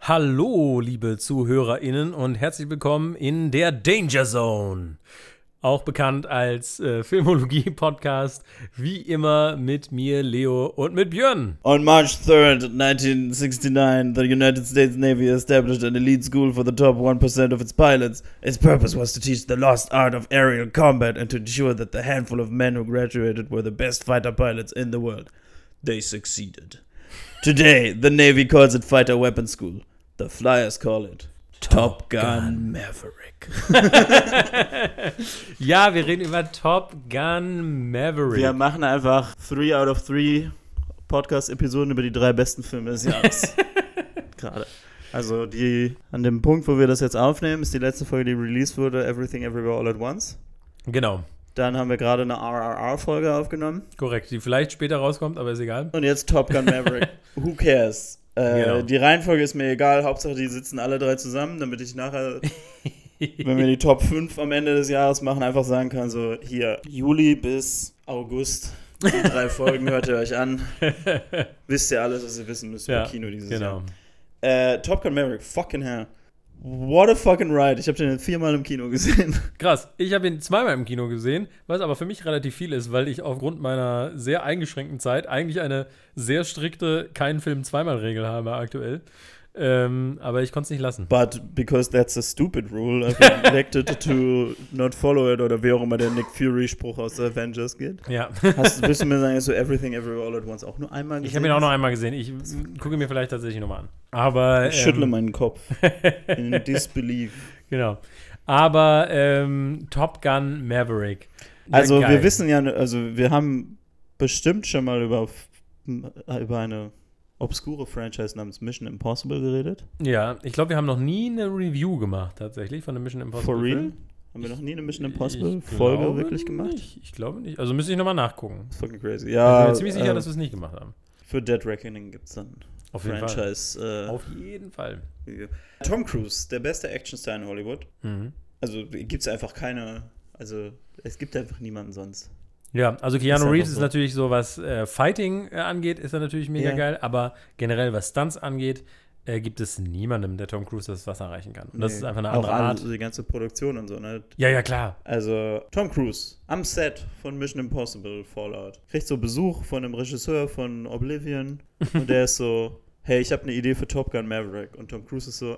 Hallo, liebe ZuhörerInnen und herzlich willkommen in der Danger Zone. Auch bekannt als Filmologie-Podcast, wie immer mit mir, Leo, und mit Björn. On March 3rd, 1969, the United States Navy established an elite school for the top 1% of its pilots. Its purpose was to teach the lost art of aerial combat and to ensure that the handful of men who graduated were the best fighter pilots in the world. They succeeded. Today, the Navy calls it Fighter Weapons School. The Flyers call it Top Gun Maverick. Ja, wir reden über Top Gun Maverick. Wir machen einfach 3 out of 3 Podcast-Episoden über die 3 besten Filme des Jahres. Gerade. Also an dem Punkt, wo wir das jetzt aufnehmen, ist die letzte Folge, die released wurde, Everything Everywhere All at Once. Genau. Dann haben wir gerade eine RRR-Folge aufgenommen. Korrekt, die vielleicht später rauskommt, aber ist egal. Und jetzt Top Gun Maverick. Who cares? Genau. Die Reihenfolge ist mir egal, Hauptsache die sitzen alle 3 zusammen, damit ich nachher, wenn wir die Top 5 am Ende des Jahres machen, einfach sagen kann, so hier, Juli bis August, die 3 Folgen hört ihr euch an. Wisst ihr alles, was ihr wissen müsst über Kino dieses Jahr. Top Gun Maverick, fucking hell. What a fucking ride. Ich habe den 4-mal im Kino gesehen. Krass. Ich habe ihn 2-mal im Kino gesehen, was aber für mich relativ viel ist, weil ich aufgrund meiner sehr eingeschränkten Zeit eigentlich eine sehr strikte keinen Film 2-mal-Regel habe aktuell. Aber ich konnte es nicht lassen. But because that's a stupid rule, I've been elected to not follow it, oder wie auch immer der Nick Fury-Spruch aus Avengers geht. Ja. Willst du mir sagen, dass du Everything Everywhere All at Once auch nur einmal gesehen? Ich habe ihn auch noch einmal gesehen. Ich gucke mir vielleicht tatsächlich nochmal an. Aber, ich schüttle meinen Kopf. In disbelief. Genau. Aber Top Gun Maverick. Ja, also geil. wir wissen ja, also wir haben bestimmt schon mal über eine obskure Franchise namens Mission Impossible geredet. Ja, ich glaube, wir haben noch nie eine Review gemacht, tatsächlich, von der Mission Impossible. For real? Film. Haben wir noch nie eine Mission Impossible Folge wirklich gemacht? Ich glaube nicht. Also müsste ich nochmal nachgucken. Das ist fucking crazy. Ich Ja, bin mir ziemlich sicher, dass wir es nicht gemacht haben. Für Dead Reckoning gibt es dann auf jeden Franchise. Fall. Auf jeden Fall. Tom Cruise, der beste Actionstar in Hollywood. Mhm. Also gibt es einfach keine, also es gibt einfach niemanden sonst. Ja, also Keanu Reeves ist so. natürlich so, was Fighting angeht, ist er natürlich mega geil, aber generell was Stunts angeht, gibt es niemandem, der Tom Cruise das Wasser reichen kann. Und das ist einfach eine andere Art. Auch die ganze Produktion und so, ne? Ja, klar. Also Tom Cruise am Set von Mission Impossible Fallout kriegt so Besuch von einem Regisseur von Oblivion und der ist so, hey, ich habe eine Idee für Top Gun Maverick. Und Tom Cruise ist so,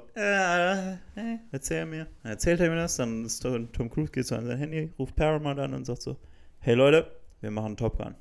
erzähl mir. Dann erzählt er mir das, dann ist Tom Cruise geht so an sein Handy, ruft Paramount an und sagt so, hey Leute, wir machen Top Gun.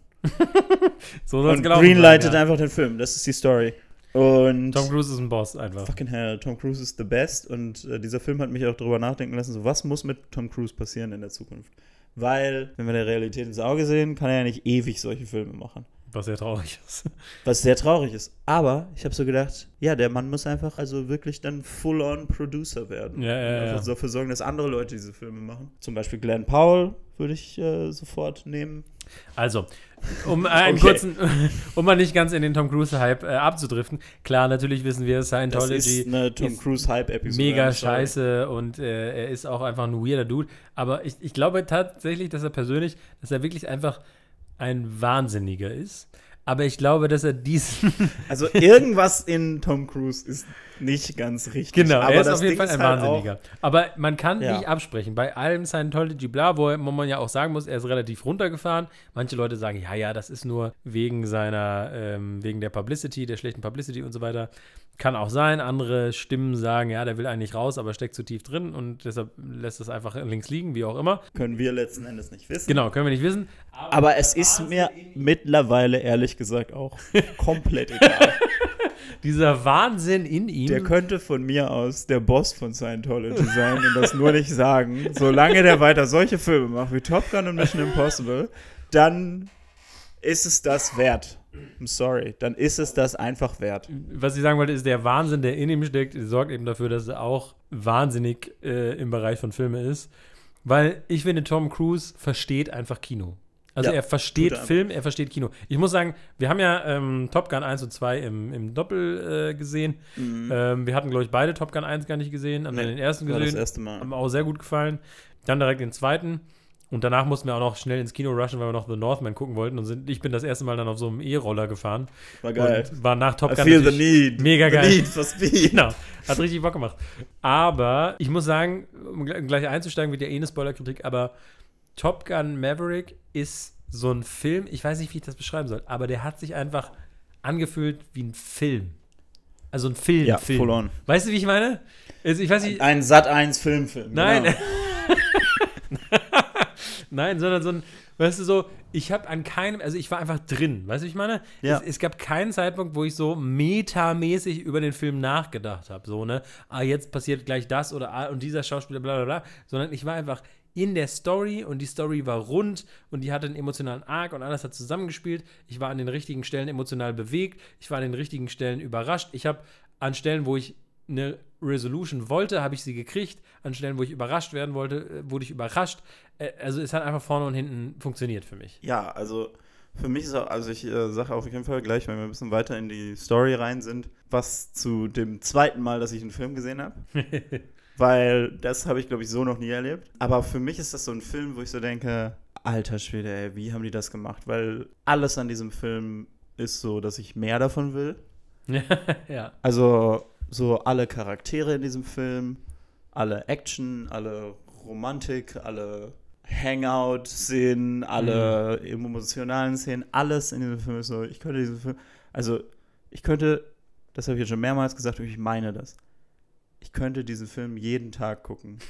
So soll's und gelaufen greenlightet sein, einfach den Film, das ist die Story. Und Tom Cruise ist ein Boss einfach. Fucking hell, Tom Cruise ist the best. Und dieser Film hat mich auch darüber nachdenken lassen, so was muss mit Tom Cruise passieren in der Zukunft? Weil, wenn wir der Realität ins Auge sehen, kann er ja nicht ewig solche Filme machen. Was sehr traurig ist. Was sehr traurig ist. Aber ich habe so gedacht, ja, der Mann muss einfach also wirklich dann full-on Producer werden. Ja. Einfach dafür sorgen, dass andere Leute diese Filme machen. Zum Beispiel Glenn Powell würde ich sofort nehmen. Also, um mal nicht ganz in den Tom Cruise-Hype abzudriften. Klar, natürlich wissen wir, Scientology das ist eine Tom Cruise-Hype-Episode. Mega scheiße und er ist auch einfach ein weirder Dude. Aber ich glaube tatsächlich, dass er wirklich einfach ein Wahnsinniger ist. Aber ich glaube, dass er diesen Also irgendwas in Tom Cruise ist nicht ganz richtig. Genau, aber er ist das auf jeden Ding Fall ein halt Wahnsinniger. Aber man kann nicht absprechen. Bei allem Scientology bla, wo man ja auch sagen muss, er ist relativ runtergefahren. Manche Leute sagen, ja, das ist nur wegen wegen der Publicity, der schlechten Publicity und so weiter. Kann auch sein. Andere Stimmen sagen, ja, der will eigentlich raus, aber steckt zu tief drin und deshalb lässt es einfach links liegen, wie auch immer. Können wir letzten Endes nicht wissen. Genau, können wir nicht wissen. Aber es ist mir mittlerweile, ehrlich gesagt, auch komplett egal. Dieser Wahnsinn in ihm. Der könnte von mir aus der Boss von Scientology sein und das nur nicht sagen. Solange der weiter solche Filme macht wie Top Gun und Mission Impossible, dann ist es das wert. I'm sorry. Dann ist es das einfach wert. Was ich sagen wollte, ist, der Wahnsinn, der in ihm steckt, sorgt eben dafür, dass er auch wahnsinnig im Bereich von Filmen ist. Weil ich finde, Tom Cruise versteht einfach Kino. Also er versteht Film, er versteht Kino. Ich muss sagen, wir haben ja Top Gun 1 und 2 im Doppel gesehen. Mhm. Wir hatten, glaube ich, beide Top Gun 1 gar nicht gesehen, haben dann den ersten gesehen. Das erste Mal. Haben auch sehr gut gefallen. Dann direkt den zweiten. Und danach mussten wir auch noch schnell ins Kino rushen, weil wir noch The Northman gucken wollten. Und ich bin das erste Mal dann auf so einem E-Roller gefahren. War geil. Und war nach Top Gun I feel the need. Mega geil. The need for speed. Genau. Hat richtig Bock gemacht. Aber ich muss sagen, um gleich einzusteigen, wird ja eine Spoilerkritik, aber Top Gun Maverick ist so ein Film, ich weiß nicht, wie ich das beschreiben soll, aber der hat sich einfach angefühlt wie ein Film. Also ein Film. Ja, Film. full on. Weißt du, wie ich meine? Also ich weiß nicht. Ein Sat.1 Film. Nein. Genau. Nein, sondern so ein, weißt du, so, ich habe an keinem, also ich war einfach drin, weißt du, wie ich meine? Ja. Es gab keinen Zeitpunkt, wo ich so metamäßig über den Film nachgedacht habe, so, ne, jetzt passiert gleich das oder und dieser Schauspieler, bla, bla, bla, sondern ich war einfach in der Story und die Story war rund und die hatte einen emotionalen Arc und alles hat zusammengespielt. Ich war an den richtigen Stellen emotional bewegt, ich war an den richtigen Stellen überrascht. Ich habe an Stellen, wo ich eine Resolution wollte, habe ich sie gekriegt. An Stellen, wo ich überrascht werden wollte, wurde ich überrascht. Also es hat einfach vorne und hinten funktioniert für mich. Ja, also für mich ist auch, also ich sage auf jeden Fall gleich, wenn wir ein bisschen weiter in die Story rein sind, was zu dem zweiten Mal, dass ich einen Film gesehen habe. Weil das habe ich, glaube ich, so noch nie erlebt. Aber für mich ist das so ein Film, wo ich so denke, alter Schwede, ey, wie haben die das gemacht? Weil alles an diesem Film ist so, dass ich mehr davon will. Ja. Also so alle Charaktere in diesem Film, alle Action, alle Romantik, alle Hangout-Szenen, alle emotionalen Szenen, alles in diesem Film ist so, ich könnte, das habe ich jetzt schon mehrmals gesagt und ich meine das, ich könnte diesen Film jeden Tag gucken.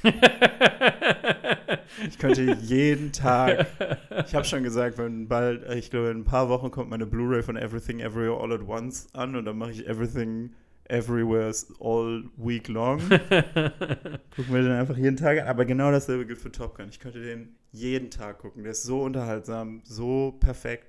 Ich könnte jeden Tag, ich habe schon gesagt, ich glaube in ein paar Wochen kommt meine Blu-ray von Everything Everywhere All at Once an und dann mache ich Everything Everywhere all week long. Gucken wir den einfach jeden Tag an. Aber genau dasselbe gilt für Top Gun. Ich könnte den jeden Tag gucken. Der ist so unterhaltsam, so perfekt,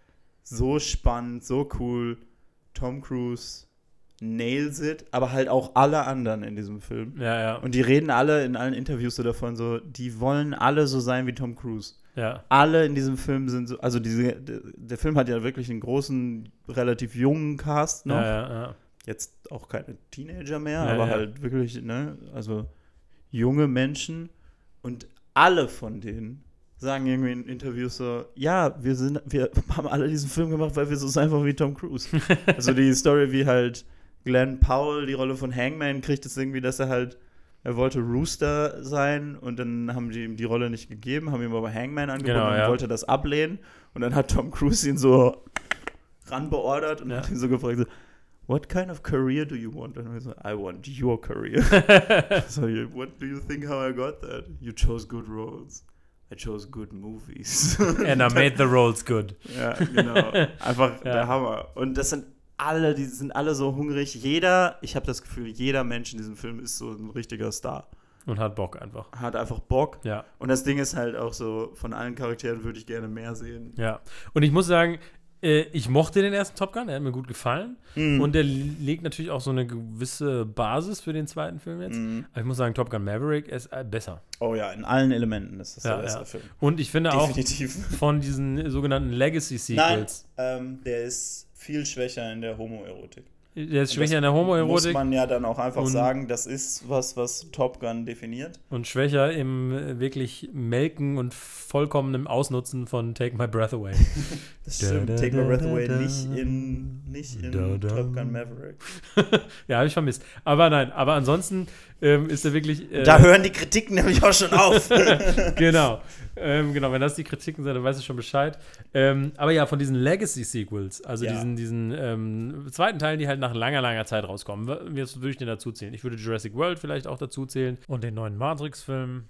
so spannend, so cool. Tom Cruise nails it, aber halt auch alle anderen in diesem Film. Ja, ja. Und die reden alle in allen Interviews so davon, so, die wollen alle so sein wie Tom Cruise. Ja. Alle in diesem Film sind so, also der Film hat ja wirklich einen großen, relativ jungen Cast noch. Ja. Jetzt auch keine Teenager mehr, aber halt wirklich, ne, also junge Menschen und alle von denen sagen irgendwie in Interviews so, ja, wir haben alle diesen Film gemacht, weil wir so sind einfach wie Tom Cruise. Also die Story, wie halt Glenn Powell die Rolle von Hangman kriegt, ist irgendwie, dass er wollte Rooster sein und dann haben die ihm die Rolle nicht gegeben, haben ihm aber Hangman angeboten und wollte das ablehnen und dann hat Tom Cruise ihn so ranbeordert und hat ihn so gefragt, so, what kind of career do you want? And I said, I want your career. So, what do you think how I got that? You chose good roles. I chose good movies. And I made the roles good. Ja, genau. Einfach der Hammer. Und das sind alle, die sind alle so hungrig. Ich habe das Gefühl, jeder Mensch in diesem Film ist so ein richtiger Star. Und hat Bock einfach. Hat einfach Bock. Ja. Und das Ding ist halt auch so, von allen Charakteren würde ich gerne mehr sehen. Ja. Und ich muss sagen, ich mochte den ersten Top Gun, der hat mir gut gefallen. Und der legt natürlich auch so eine gewisse Basis für den zweiten Film jetzt. Aber ich muss sagen, Top Gun Maverick ist besser. Oh ja, in allen Elementen ist das der bessere Film. Und ich finde definitiv auch von diesen sogenannten Legacy-Sequels. Nein, der ist viel schwächer in der Homoerotik. Der ist schwächer in der Homoerotik. Muss man ja dann auch einfach sagen, das ist was Top Gun definiert. Und schwächer im wirklich Melken und vollkommenen Ausnutzen von Take My Breath Away. Das stimmt, Take My Breath Away nicht in Top Gun Maverick. Ja, habe ich vermisst. Aber nein, aber ansonsten ist er wirklich... da hören die Kritiken nämlich auch schon auf. Genau. Genau, wenn das die Kritiken sind, dann weißt du schon Bescheid. Aber ja, von diesen Legacy-Sequels, also diesen zweiten Teilen, die halt nach langer Zeit rauskommen, was würde ich denn dazu zählen? Ich würde Jurassic World vielleicht auch dazu zählen und den neuen Matrix-Film.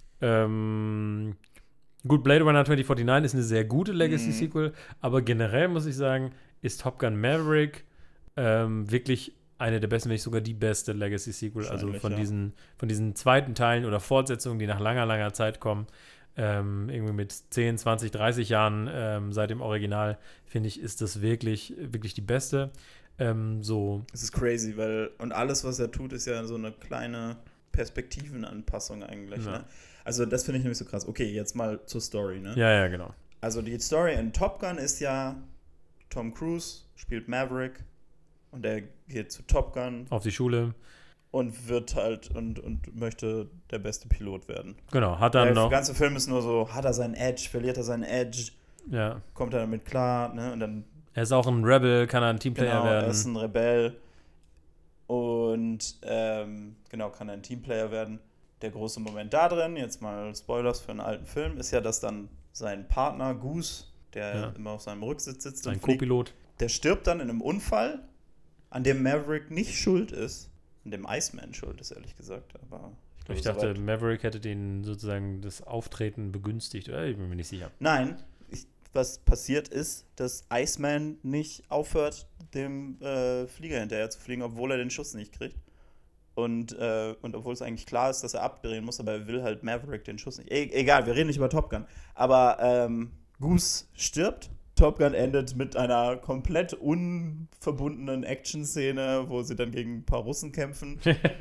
Gut, Blade Runner 2049 ist eine sehr gute Legacy-Sequel, aber generell muss ich sagen, ist Top Gun Maverick wirklich eine der besten, wenn nicht sogar die beste Legacy-Sequel, also von diesen zweiten Teilen oder Fortsetzungen, die nach langer Zeit kommen. Irgendwie mit 10, 20, 30 Jahren seit dem Original, finde ich, ist das wirklich die beste. Es ist crazy, und alles, was er tut, ist ja so eine kleine Perspektivenanpassung eigentlich. Ja. Ne? Also das finde ich nämlich so krass. Okay, jetzt mal zur Story. Ne? Ja, genau. Also die Story in Top Gun ist ja, Tom Cruise spielt Maverick und er geht zu Top Gun. Auf die Schule. und wird halt und möchte der beste Pilot werden. Genau, hat dann noch... Der ganze Film ist nur so, hat er seinen Edge, verliert er seinen Edge, kommt er damit klar, ne? Und dann... Er ist auch ein Rebel, kann er ein Teamplayer werden. Er ist ein Rebell und kann er ein Teamplayer werden. Der große Moment da drin, jetzt mal Spoilers für einen alten Film, ist ja, dass dann sein Partner Goose, der immer auf seinem Rücksitz sitzt und fliegt, Co-Pilot, der stirbt dann in einem Unfall, an dem Maverick nicht schuld ist. An dem Iceman schuld ist, ehrlich gesagt. Aber ich dachte, Maverick hätte den sozusagen das Auftreten begünstigt. Ich bin mir nicht sicher. Nein, was passiert ist, dass Iceman nicht aufhört, dem Flieger hinterher zu fliegen, obwohl er den Schuss nicht kriegt. Und obwohl es eigentlich klar ist, dass er abdrehen muss, aber er will halt Maverick den Schuss nicht. Egal, wir reden nicht über Top Gun. Aber Goose stirbt. Top Gun endet mit einer komplett unverbundenen Action-Szene, wo sie dann gegen ein paar Russen kämpfen,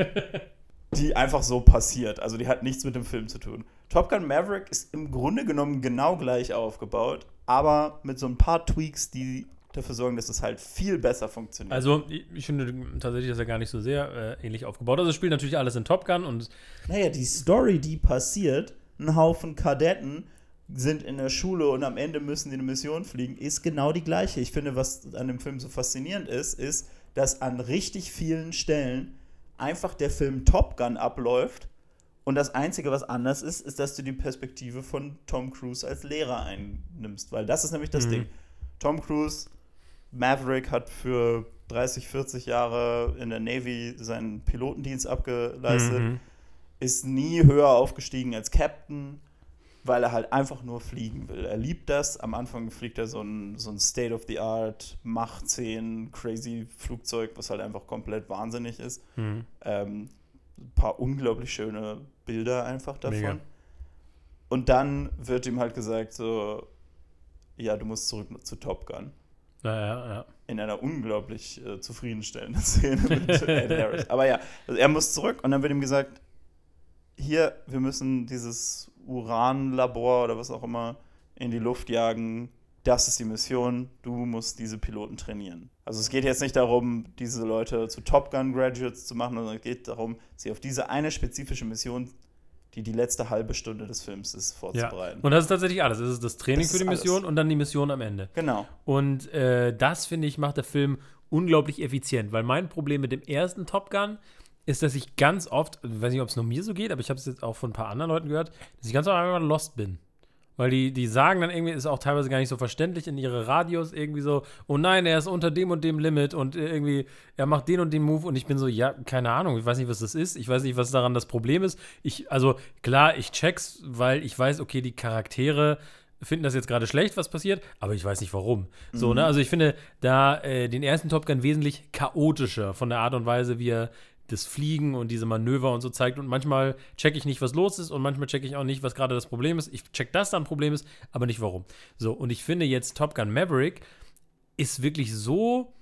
die einfach so passiert. Also die hat nichts mit dem Film zu tun. Top Gun Maverick ist im Grunde genommen genau gleich aufgebaut, aber mit so ein paar Tweaks, die dafür sorgen, dass es halt viel besser funktioniert. Also ich finde tatsächlich, dass er gar nicht so sehr ähnlich aufgebaut ist. Also es spielt natürlich alles in Top Gun und... Naja, die Story, die passiert, ein Haufen Kadetten sind in der Schule und am Ende müssen die eine Mission fliegen, ist genau die gleiche. Ich finde, was an dem Film so faszinierend ist, dass an richtig vielen Stellen einfach der Film Top Gun abläuft und das Einzige, was anders ist, dass du die Perspektive von Tom Cruise als Lehrer einnimmst, weil das ist nämlich das Ding. Tom Cruise, Maverick, hat für 30, 40 Jahre in der Navy seinen Pilotendienst abgeleistet, ist nie höher aufgestiegen als Captain, weil er halt einfach nur fliegen will. Er liebt das. Am Anfang fliegt er so ein State-of-the-Art Mach 10 crazy Flugzeug, was halt einfach komplett wahnsinnig ist. Ein paar unglaublich schöne Bilder einfach davon. Mega. Und dann wird ihm halt gesagt so, ja, du musst zurück zu Top Gun. Ja. In einer unglaublich zufriedenstellenden Szene mit Ed Harris. Aber ja, also er muss zurück und dann wird ihm gesagt, hier, wir müssen dieses Uranlabor oder was auch immer in die Luft jagen. Das ist die Mission. Du musst diese Piloten trainieren. Also es geht jetzt nicht darum, diese Leute zu Top Gun Graduates zu machen, sondern es geht darum, sie auf diese eine spezifische Mission, die letzte halbe Stunde des Films ist, vorzubereiten. Ja. Und das ist tatsächlich alles. Das ist das Training für die Mission alles. Und dann die Mission am Ende. Genau. Und das, finde ich, macht der Film unglaublich effizient, weil mein Problem mit dem ersten Top Gun ist, dass ich ganz oft, ich weiß nicht, ob es nur mir so geht, aber ich habe es jetzt auch von ein paar anderen Leuten gehört, dass ich ganz oft einfach lost bin. Weil die sagen dann irgendwie, ist auch teilweise gar nicht so verständlich in ihre Radios irgendwie so, oh nein, er ist unter dem und dem Limit und irgendwie, er macht den und den Move und ich bin so, ja, keine Ahnung, ich weiß nicht, was das ist, ich weiß nicht, was daran das Problem ist. Also klar, ich check's, weil ich weiß, okay, die Charaktere finden das jetzt gerade schlecht, was passiert, aber ich weiß nicht, warum. So, ne? Also ich finde da den ersten Top Gun wesentlich chaotischer von der Art und Weise, wie er das Fliegen und diese Manöver und so zeigt. Und manchmal checke ich nicht, was los ist und manchmal checke ich auch nicht, was gerade das Problem ist. Ich check, dass da ein Problem ist, aber nicht warum. So, und ich finde jetzt Top Gun Maverick ist wirklich so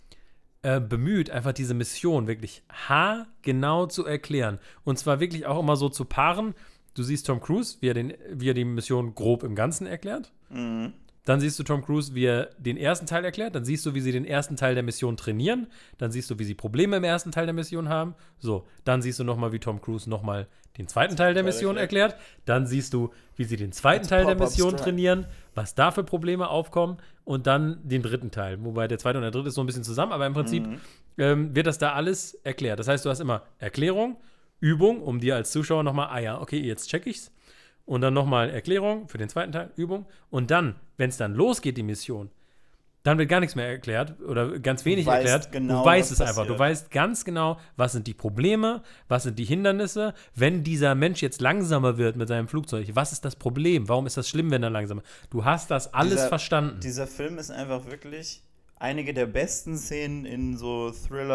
bemüht, einfach diese Mission wirklich haargenau zu erklären. Und zwar wirklich auch immer so zu paaren. Du siehst Tom Cruise, wie er die Mission grob im Ganzen erklärt. Dann siehst du Tom Cruise, wie er den ersten Teil erklärt. Dann siehst du, wie sie den ersten Teil der Mission trainieren. Dann siehst du, wie sie Probleme im ersten Teil der Mission haben. So, dann siehst du nochmal, wie Tom Cruise nochmal den zweiten Teil der Mission erklärt. Dann siehst du, wie sie den zweiten Teil der Mission trainieren, was da für Probleme aufkommen. Und dann den dritten Teil. Wobei der zweite und der dritte ist so ein bisschen zusammen. Aber im Prinzip wird das da alles erklärt. Das heißt, du hast immer Erklärung, Übung, um dir als Zuschauer nochmal, ja, okay, jetzt check ich's. Und dann nochmal Erklärung für den zweiten Teil, Übung. Und dann, wenn es dann losgeht, die Mission, dann wird gar nichts mehr erklärt oder ganz wenig erklärt. Genau, du weißt es einfach. Du weißt ganz genau, was sind die Probleme, was sind die Hindernisse. Wenn dieser Mensch jetzt langsamer wird mit seinem Flugzeug, was ist das Problem? Warum ist das schlimm, wenn er langsamer ist? Du hast das alles verstanden. Dieser Film ist einfach wirklich einige der besten Szenen in so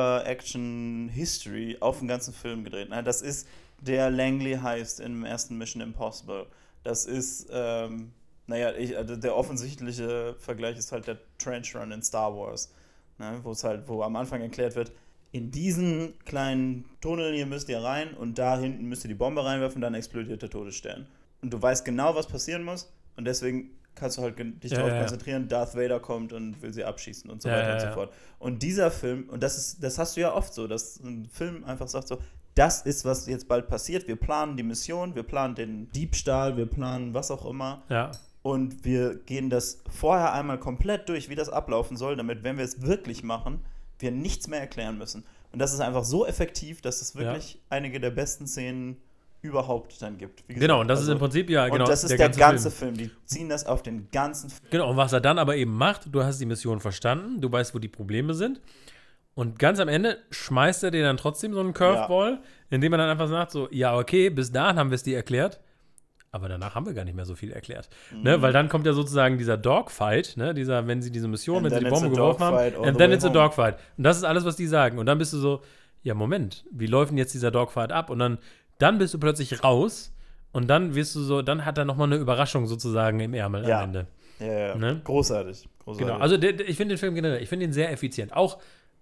Thriller-Action-History auf den ganzen Film gedreht. Das ist der Langley Heist im ersten Mission Impossible. Das ist, der offensichtliche Vergleich ist halt der Trench Run in Star Wars. Ne, wo am Anfang erklärt wird, in diesen kleinen Tunnel hier müsst ihr rein und da hinten müsst ihr die Bombe reinwerfen, dann explodiert der Todesstern. Und du weißt genau, was passieren muss und deswegen kannst du halt dich darauf konzentrieren, Darth Vader kommt und will sie abschießen und so weiter und so fort. Und dieser Film, und das hast du ja oft so, dass ein Film einfach sagt so, das ist, was jetzt bald passiert. Wir planen die Mission, wir planen den Diebstahl, wir planen was auch immer. Ja. Und wir gehen das vorher einmal komplett durch, wie das ablaufen soll, damit, wenn wir es wirklich machen, wir nichts mehr erklären müssen. Und das ist einfach so effektiv, dass es wirklich einige der besten Szenen überhaupt dann gibt. Wie gesagt, genau, und das ist im Prinzip, genau. Und das ist der ganze Film. Die ziehen das auf den ganzen Film. Genau, und was er dann aber eben macht, du hast die Mission verstanden, du weißt, wo die Probleme sind. Und ganz am Ende schmeißt er dir dann trotzdem so einen Curveball, indem er dann einfach sagt so, ja, okay, bis dahin haben wir es dir erklärt, aber danach haben wir gar nicht mehr so viel erklärt. Ne? Weil dann kommt ja sozusagen dieser Dogfight, ne? Wenn sie diese Mission, wenn sie die Bombe geworfen haben, and then it's a dogfight. Und das ist alles, was die sagen. Und dann bist du so, ja, Moment, wie läuft denn jetzt dieser Dogfight ab? Und dann bist du plötzlich raus und dann wirst du so, dann hat er nochmal eine Überraschung sozusagen im Ärmel am Ende. Ja. Ne? Großartig. Genau, also ich finde den Film generell, ich finde ihn sehr effizient. Auch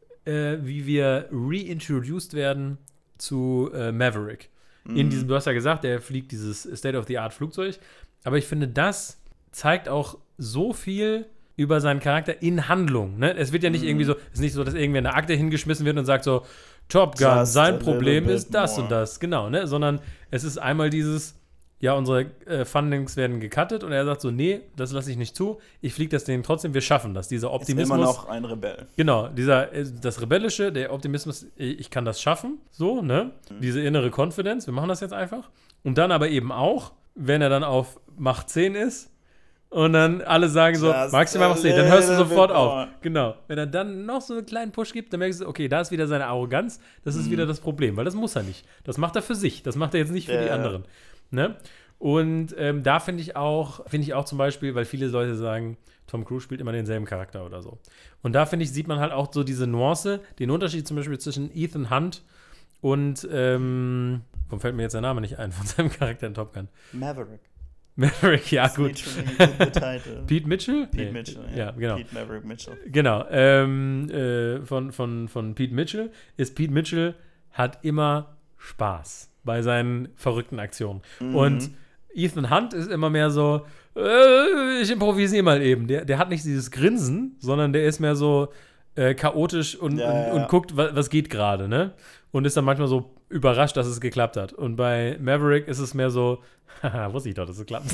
wie wir reintroduced werden zu Maverick. In diesem, du hast ja gesagt, der fliegt dieses State-of-the-Art-Flugzeug. Aber ich finde, das zeigt auch so viel über seinen Charakter in Handlung. Ne? Es wird ja nicht irgendwie so, es ist nicht so, dass irgendwer eine Akte hingeschmissen wird und sagt so, Top Gun, Just sein Problem ist das more. und das. Genau, ne? Sondern es ist einmal dieses, ja, unsere Fundings werden gecuttet und er sagt so, nee, das lasse ich nicht zu, ich fliege das denen trotzdem, wir schaffen das. Dieser Optimismus. Ist immer noch ein Rebell. Genau, das Rebellische, der Optimismus, ich kann das schaffen, so, ne? Diese innere Confidence, wir machen das jetzt einfach. Und dann aber eben auch, wenn er dann auf Macht 10 ist und dann alle sagen so, maximal Macht 10, dann hörst du sofort auf. Genau, wenn er dann noch so einen kleinen Push gibt, dann merkst du, okay, da ist wieder seine Arroganz, das ist wieder das Problem, weil das muss er nicht. Das macht er für sich, das macht er jetzt nicht für die anderen. Ne? Und da finde ich auch zum Beispiel, weil viele Leute sagen, Tom Cruise spielt immer denselben Charakter oder so. Und da finde ich, sieht man halt auch so diese Nuance, den Unterschied zum Beispiel zwischen Ethan Hunt und, warum fällt mir jetzt der Name nicht ein von seinem Charakter in Top Gun? Maverick, ja, gut. Pete Mitchell? Pete Mitchell, ja, genau. Pete Maverick Mitchell. Genau. Von Pete Mitchell ist Pete Mitchell hat immer Spaß bei seinen verrückten Aktionen. Und Ethan Hunt ist immer mehr so, ich improvisiere mal eben. Der hat nicht dieses Grinsen, sondern der ist mehr so chaotisch und guckt, was geht gerade, ne? Und ist dann manchmal so überrascht, dass es geklappt hat. Und bei Maverick ist es mehr so, haha, wusste ich doch, dass es klappt.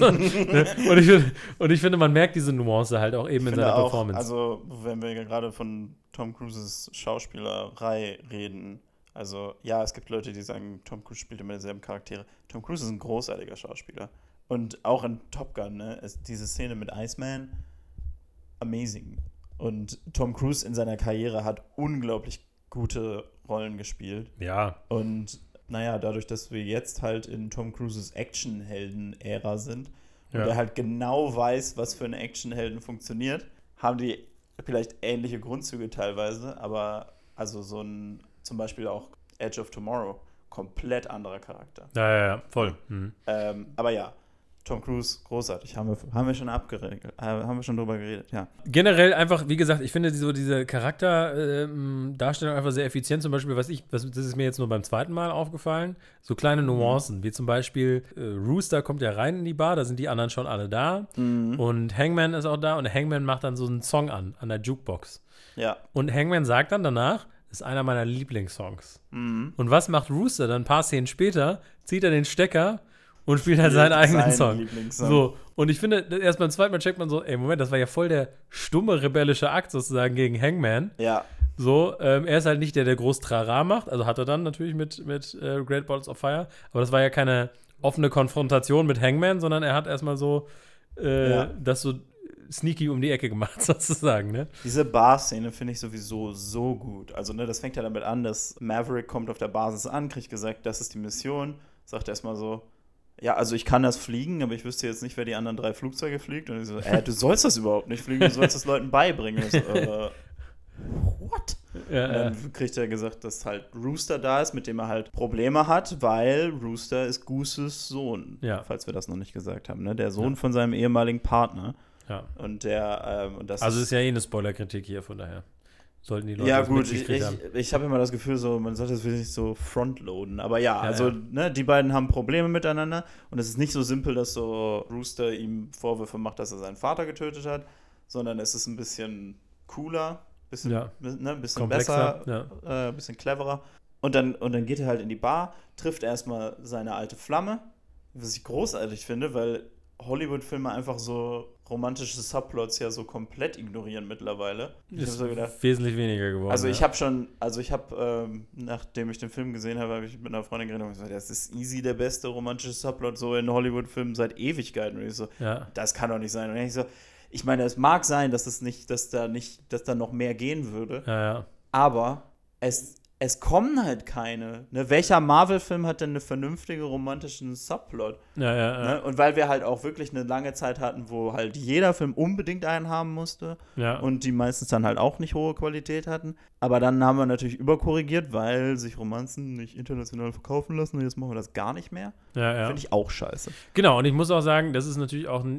und ich finde, man merkt diese Nuance halt auch eben in seiner Performance. Also, wenn wir gerade von Tom Cruises Schauspielerei reden, also, ja, es gibt Leute, die sagen, Tom Cruise spielt immer dieselben Charaktere. Tom Cruise ist ein großartiger Schauspieler. Und auch in Top Gun, ne, ist diese Szene mit Iceman amazing. Und Tom Cruise in seiner Karriere hat unglaublich gute Rollen gespielt. Ja. Und, naja, dadurch, dass wir jetzt halt in Tom Cruises Action-Helden-Ära sind und er halt genau weiß, was für eine Actionhelden funktioniert, haben die vielleicht ähnliche Grundzüge teilweise, aber also so ein zum Beispiel auch Edge of Tomorrow, komplett anderer Charakter. Ja, voll. Aber ja, Tom Cruise, großartig. Haben wir schon abgeregelt. Haben wir schon drüber geredet, ja. Generell einfach, wie gesagt, ich finde diese Charakterdarstellung einfach sehr effizient. Zum Beispiel, das ist mir jetzt nur beim zweiten Mal aufgefallen, so kleine Nuancen, wie zum Beispiel Rooster kommt ja rein in die Bar, da sind die anderen schon alle da und Hangman ist auch da und Hangman macht dann so einen Song an der Jukebox. Ja. Und Hangman sagt dann danach, das ist einer meiner Lieblingssongs. Und was macht Rooster dann ein paar Szenen später? Zieht er den Stecker und spielt halt seinen eigenen Song. So, und ich finde, erst beim zweiten Mal checkt man so, ey, Moment, das war ja voll der stumme rebellische Akt sozusagen gegen Hangman. Ja. So, er ist halt nicht der groß Trara macht, also hat er dann natürlich mit Great Balls of Fire, aber das war ja keine offene Konfrontation mit Hangman, sondern er hat erstmal so das so sneaky um die Ecke gemacht, sozusagen, ne? Diese Bar-Szene finde ich sowieso so gut. Also, ne, das fängt ja damit an, dass Maverick kommt auf der Basis an, kriegt gesagt, das ist die Mission, sagt erstmal so, ja, also ich kann das fliegen, aber ich wüsste jetzt nicht, wer die anderen 3 Flugzeuge fliegt. Und ich so, du sollst das überhaupt nicht fliegen, du sollst das Leuten beibringen. Und ich so, what? Ja, und dann kriegt er gesagt, dass halt Rooster da ist, mit dem er halt Probleme hat, weil Rooster ist Gooses Sohn, falls wir das noch nicht gesagt haben, ne? Der Sohn von seinem ehemaligen Partner. Ja. Und das also ist ja eh eine Spoiler-Kritik hier, von daher sollten die Leute ja gut, ich habe immer das Gefühl, so man sollte das nicht so frontloaden, aber ne, die beiden haben Probleme miteinander und es ist nicht so simpel, dass so Rooster ihm Vorwürfe macht, dass er seinen Vater getötet hat, sondern es ist ein bisschen cooler, bisschen besser, ein bisschen cleverer. Und dann geht er halt in die Bar, trifft erstmal seine alte Flamme, was ich großartig finde, weil Hollywood-Filme einfach so romantische Subplots ja so komplett ignorieren mittlerweile. Ich habe so gedacht, wesentlich weniger geworden. Also ich habe, nachdem ich den Film gesehen habe ich mit einer Freundin geredet und gesagt, das ist easy der beste romantische Subplot so in Hollywood-Filmen seit Ewigkeiten. Und ich so, das kann doch nicht sein. Und ich so, ich meine, es mag sein, dass da noch mehr gehen würde, aber es kommen halt keine. Ne? Welcher Marvel-Film hat denn einen vernünftigen romantischen Subplot? Ne? Und weil wir halt auch wirklich eine lange Zeit hatten, wo halt jeder Film unbedingt einen haben musste und die meistens dann halt auch nicht hohe Qualität hatten. Aber dann haben wir natürlich überkorrigiert, weil sich Romanzen nicht international verkaufen lassen und jetzt machen wir das gar nicht mehr. Finde ich auch scheiße. Genau, und ich muss auch sagen, das ist natürlich auch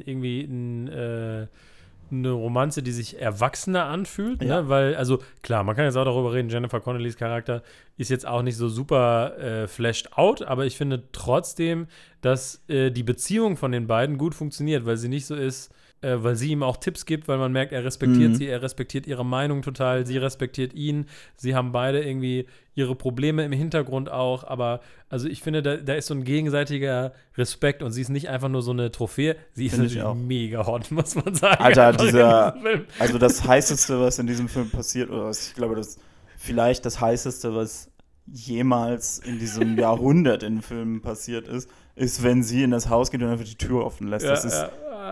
eine Romanze, die sich erwachsener anfühlt, ne? Weil, also klar, man kann jetzt auch darüber reden, Jennifer Connellys Charakter ist jetzt auch nicht so super flashed out, aber ich finde trotzdem, dass die Beziehung von den beiden gut funktioniert, weil sie nicht so ist, weil sie ihm auch Tipps gibt, weil man merkt, er respektiert sie, er respektiert ihre Meinung total, sie respektiert ihn, sie haben beide irgendwie ihre Probleme im Hintergrund auch, aber also ich finde, da ist so ein gegenseitiger Respekt und sie ist nicht einfach nur so eine Trophäe, sie ist natürlich auch mega hot, muss man sagen. Alter, also das Heißeste, was in diesem Film passiert, oder ich glaube, das vielleicht das Heißeste, was jemals in diesem Jahrhundert in Filmen passiert ist, wenn sie in das Haus geht und einfach die Tür offen lässt. Das ist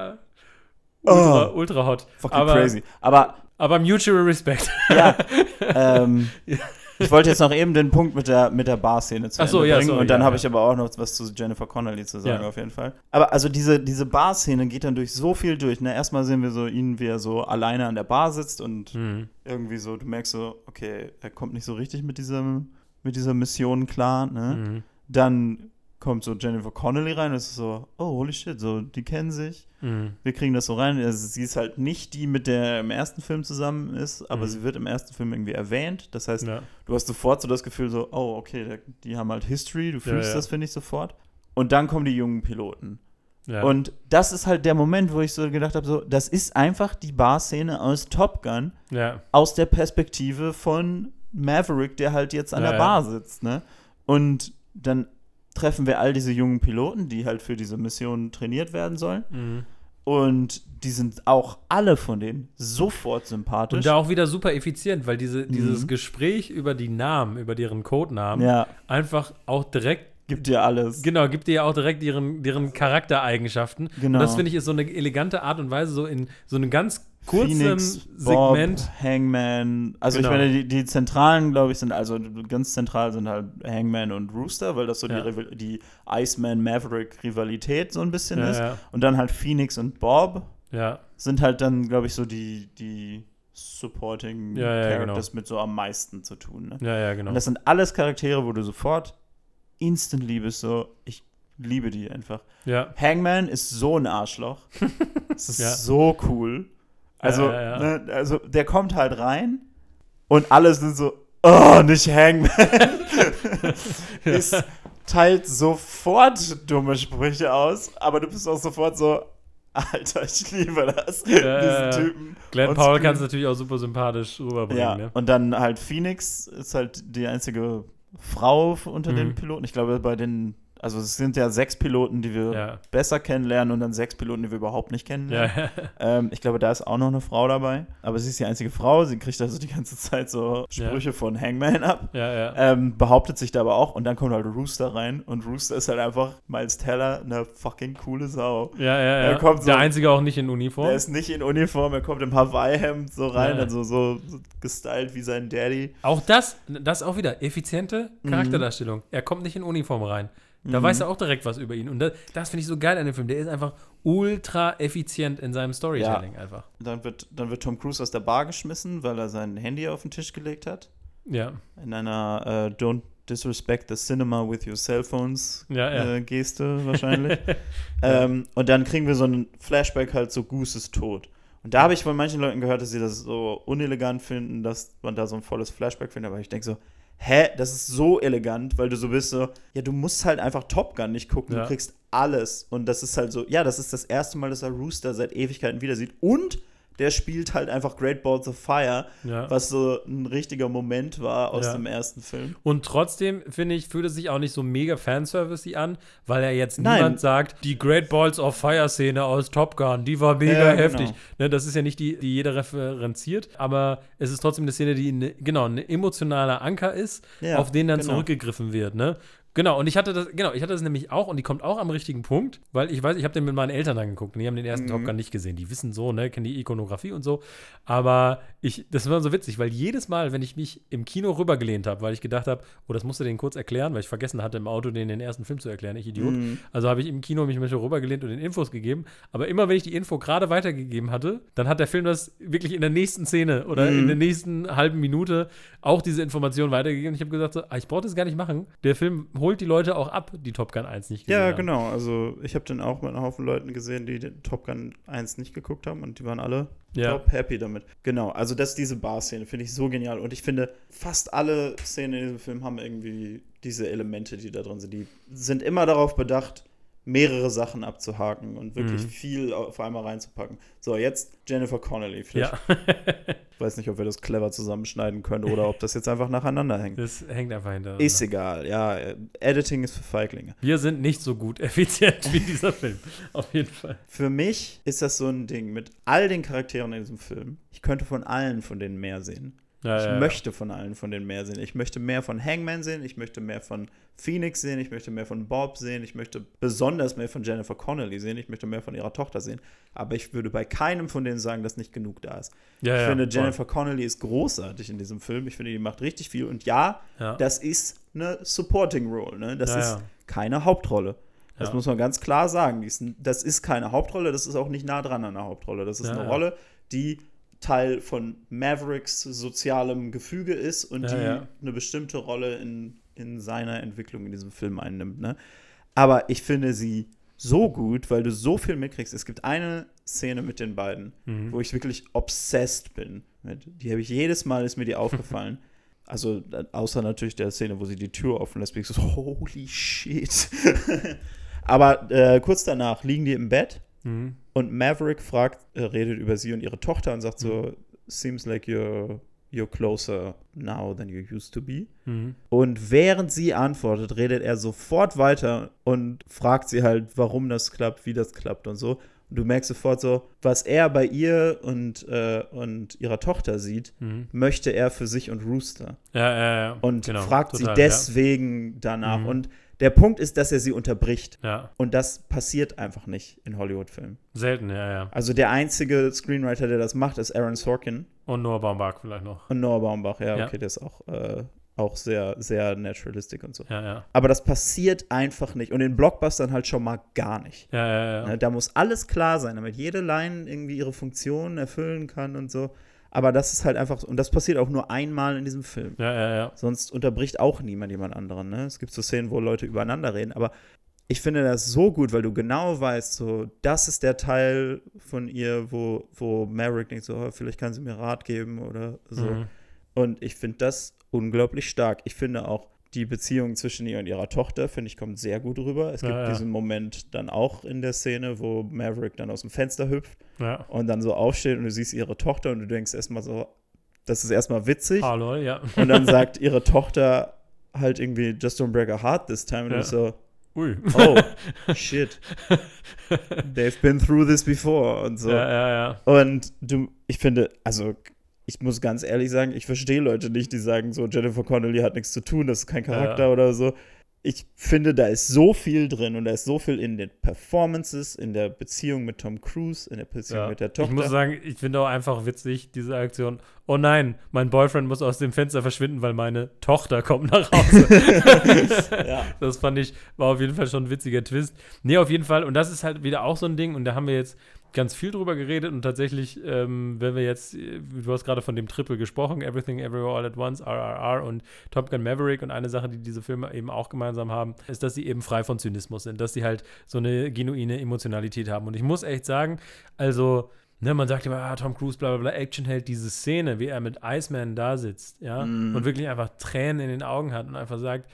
ultra hot. Fucking crazy. Aber mutual respect. Ja. Ich wollte jetzt noch eben den Punkt mit der Bar-Szene zu Ende bringen. Und dann habe ich aber auch noch was zu Jennifer Connelly zu sagen, auf jeden Fall. Aber also diese Bar-Szene geht dann durch so viel durch. Ne? Erstmal sehen wir so ihn, wie er so alleine an der Bar sitzt und irgendwie so, du merkst so, okay, er kommt nicht so richtig mit dieser Mission klar. Ne? Dann kommt so Jennifer Connelly rein und es ist so, oh, holy shit, so, die kennen sich. Wir kriegen das so rein. Also, sie ist halt nicht die, mit der im ersten Film zusammen ist, aber sie wird im ersten Film irgendwie erwähnt. Das heißt, du hast sofort so das Gefühl so, oh, okay, die haben halt History, du fühlst das, finde ich, sofort. Und dann kommen die jungen Piloten. Ja. Und das ist halt der Moment, wo ich so gedacht habe, so, das ist einfach die Bar-Szene aus Top Gun, aus der Perspektive von Maverick, der halt jetzt an der Bar sitzt, ne? Und dann treffen wir all diese jungen Piloten, die halt für diese Mission trainiert werden sollen. Und die sind auch alle von denen sofort sympathisch. Und da auch wieder super effizient, weil dieses Gespräch über die Namen, über deren Codenamen, einfach auch direkt gibt dir alles. Genau, gibt dir ja auch direkt deren Charaktereigenschaften. Genau. Und das, finde ich, ist so eine elegante Art und Weise, so in so einem ganz kurzen Phoenix, Bob, Segment. Hangman. Also ich meine, die zentralen, glaube ich, sind, also ganz zentral sind halt Hangman und Rooster, weil das so die Iceman-Maverick-Rivalität so ein bisschen ist. Ja. Und dann halt Phoenix und Bob sind halt dann, glaube ich, so die Supporting Characters mit so am meisten zu tun. Ne? Ja, genau. Und das sind alles Charaktere, wo du sofort instant liebst, so, ich liebe die einfach. Ja. Hangman ist so ein Arschloch. Das ist so cool. Also, ne, also, der kommt halt rein und alle sind so, oh, nicht Hangman. Teilt sofort dumme Sprüche aus, aber du bist auch sofort so, Alter, ich liebe das, diesen Typen. Glenn Powell kann es natürlich auch super sympathisch rüberbringen. Ja, ne? Und dann halt Phoenix ist halt die einzige Frau unter den Piloten. Ich glaube, also es sind ja 6 Piloten, die wir besser kennenlernen und dann 6 Piloten, die wir überhaupt nicht kennenlernen. Ich glaube, da ist auch noch eine Frau dabei. Aber sie ist die einzige Frau. Sie kriegt also die ganze Zeit so Sprüche von Hangman ab. Behauptet sich da aber auch. Und dann kommt halt Rooster rein. Und Rooster ist halt einfach Miles Teller, eine fucking coole Sau. Er kommt so, der Einzige auch nicht in Uniform. Der ist nicht in Uniform. Er kommt im Hawaii-Hemd so rein. Also so gestylt wie sein Daddy. Auch das auch wieder effiziente Charakterdarstellung. Er kommt nicht in Uniform rein. Da weiß er auch direkt was über ihn. Und das finde ich so geil an dem Film. Der ist einfach ultra effizient in seinem Storytelling einfach. Dann wird Tom Cruise aus der Bar geschmissen, weil er sein Handy auf den Tisch gelegt hat. Ja. In einer Don't disrespect the cinema with your cell phones Geste wahrscheinlich. Und dann kriegen wir so einen Flashback halt so Goose ist tot. Und da habe ich von manchen Leuten gehört, dass sie das so unelegant finden, dass man da so ein volles Flashback findet. Aber ich denke so, das ist so elegant, weil du so bist so, ja, du musst halt einfach Top Gun nicht gucken, du kriegst alles. Und das ist halt so, das ist das erste Mal, dass er Rooster seit Ewigkeiten wieder sieht. Und der spielt halt einfach Great Balls of Fire, was so ein richtiger Moment war aus dem ersten Film. Und trotzdem, finde ich, fühlt es sich auch nicht so mega Fanservice an, weil er jetzt niemand sagt, die Great Balls of Fire-Szene aus Top Gun, die war mega heftig. Genau. Ne, das ist ja nicht die jeder referenziert, aber es ist trotzdem eine Szene, die ein emotionaler Anker ist, auf den dann zurückgegriffen wird, ne? Genau, und ich hatte das nämlich auch, und die kommt auch am richtigen Punkt, weil ich weiß, ich habe den mit meinen Eltern dann geguckt und die haben den ersten Top Gun nicht gesehen. Die wissen so, ne, kennen die Ikonografie und so, aber das war so witzig, weil jedes Mal, wenn ich mich im Kino rübergelehnt habe, weil ich gedacht habe, das musst du denen kurz erklären, weil ich vergessen hatte, im Auto den ersten Film zu erklären, ich Idiot. Also habe ich im Kino mich rübergelehnt und den Infos gegeben, aber immer, wenn ich die Info gerade weitergegeben hatte, dann hat der Film das wirklich in der nächsten Szene oder in der nächsten halben Minute auch diese Information weitergegeben. Ich habe gesagt, so, ich brauche das gar nicht machen. Der Film holt die Leute auch ab, die Top Gun 1 nicht gesehen haben. Ja, genau. Also ich habe den auch mit einem Haufen Leuten gesehen, die den Top Gun 1 nicht geguckt haben und die waren alle top happy damit. Genau, also diese Bar-Szene finde ich so genial und ich finde, fast alle Szenen in diesem Film haben irgendwie diese Elemente, die da drin sind. Die sind immer darauf bedacht, mehrere Sachen abzuhaken und wirklich viel auf einmal reinzupacken. So, jetzt Jennifer Connelly. Vielleicht. Ich weiß nicht, ob wir das clever zusammenschneiden können oder ob das jetzt einfach nacheinander hängt. Das hängt einfach hintereinander. Ist egal, ja. Editing ist für Feiglinge. Wir sind nicht so gut effizient wie dieser Film. Auf jeden Fall. Für mich ist das so ein Ding mit all den Charakteren in diesem Film. Ich könnte von allen von denen mehr sehen. Ich möchte von allen von denen mehr sehen. Ich möchte mehr von Hangman sehen, ich möchte mehr von Phoenix sehen, ich möchte mehr von Bob sehen, ich möchte besonders mehr von Jennifer Connelly sehen, ich möchte mehr von ihrer Tochter sehen. Aber ich würde bei keinem von denen sagen, dass nicht genug da ist. Ich finde, Jennifer Connelly ist großartig in diesem Film. Ich finde, die macht richtig viel. Und das ist eine Supporting Role. Ne? Das ist keine Hauptrolle. Das muss man ganz klar sagen. Das ist keine Hauptrolle, das ist auch nicht nah dran an einer Hauptrolle. Das ist eine Rolle, die Teil von Mavericks sozialem Gefüge ist und die eine bestimmte Rolle in seiner Entwicklung in diesem Film einnimmt. Ne? Aber ich finde sie so gut, weil du so viel mitkriegst. Es gibt eine Szene mit den beiden, wo ich wirklich obsessed bin. Die habe ich jedes Mal, ist mir die aufgefallen. Also außer natürlich der Szene, wo sie die Tür offen lässt, bin ich so, holy shit. Aber kurz danach liegen die im Bett und Maverick redet über sie und ihre Tochter und sagt so, seems like you're closer now than you used to be. Und während sie antwortet, redet er sofort weiter und fragt sie halt, warum das klappt, wie das klappt und so. Und du merkst sofort so, was er bei ihr und ihrer Tochter sieht, möchte er für sich und Rooster. Und fragt total, sie deswegen danach. Und der Punkt ist, dass er sie unterbricht. Und das passiert einfach nicht in Hollywood-Filmen. Selten, Also der einzige Screenwriter, der das macht, ist Aaron Sorkin. Und Noah Baumbach vielleicht noch. Und Noah Baumbach, okay, der ist auch sehr, sehr naturalistic und so. Aber das passiert einfach nicht. Und in Blockbustern halt schon mal gar nicht. Da muss alles klar sein, damit jede Line irgendwie ihre Funktion erfüllen kann und so. Aber das ist halt einfach, und das passiert auch nur einmal in diesem Film. Sonst unterbricht auch niemand jemand anderen. Ne? Es gibt so Szenen, wo Leute übereinander reden, aber ich finde das so gut, weil du genau weißt, so, das ist der Teil von ihr, wo Maverick denkt, so, vielleicht kann sie mir Rat geben oder so. Und ich finde das unglaublich stark. Ich finde auch, die Beziehung zwischen ihr und ihrer Tochter, finde ich, kommt sehr gut rüber. Es gibt diesen Moment dann auch in der Szene, wo Maverick dann aus dem Fenster hüpft und dann so aufsteht und du siehst ihre Tochter und du denkst erstmal so, das ist erstmal witzig. Hallo, Und dann sagt ihre Tochter halt irgendwie, just don't break a heart this time. Und du so, oh, shit. They've been through this before und so. Und ich finde, also ich muss ganz ehrlich sagen, ich verstehe Leute nicht, die sagen so, Jennifer Connelly hat nichts zu tun, das ist kein Charakter oder so. Ich finde, da ist so viel drin und da ist so viel in den Performances, in der Beziehung mit Tom Cruise, in der Beziehung mit der Tochter. Ich muss sagen, ich finde auch einfach witzig, diese Aktion, oh nein, mein Boyfriend muss aus dem Fenster verschwinden, weil meine Tochter kommt nach Hause. Das fand ich, war auf jeden Fall schon ein witziger Twist. Nee, auf jeden Fall, und das ist halt wieder auch so ein Ding, und da haben wir jetzt ganz viel drüber geredet und tatsächlich, wenn wir jetzt, du hast gerade von dem Triple gesprochen, Everything Everywhere All at Once, RRR und Top Gun Maverick, und eine Sache, die diese Filme eben auch gemeinsam haben, ist, dass sie eben frei von Zynismus sind, dass sie halt so eine genuine Emotionalität haben. Und ich muss echt sagen, also, ne, man sagt immer, Tom Cruise, bla bla bla, Actionheld, diese Szene, wie er mit Iceman da sitzt, und wirklich einfach Tränen in den Augen hat und einfach sagt,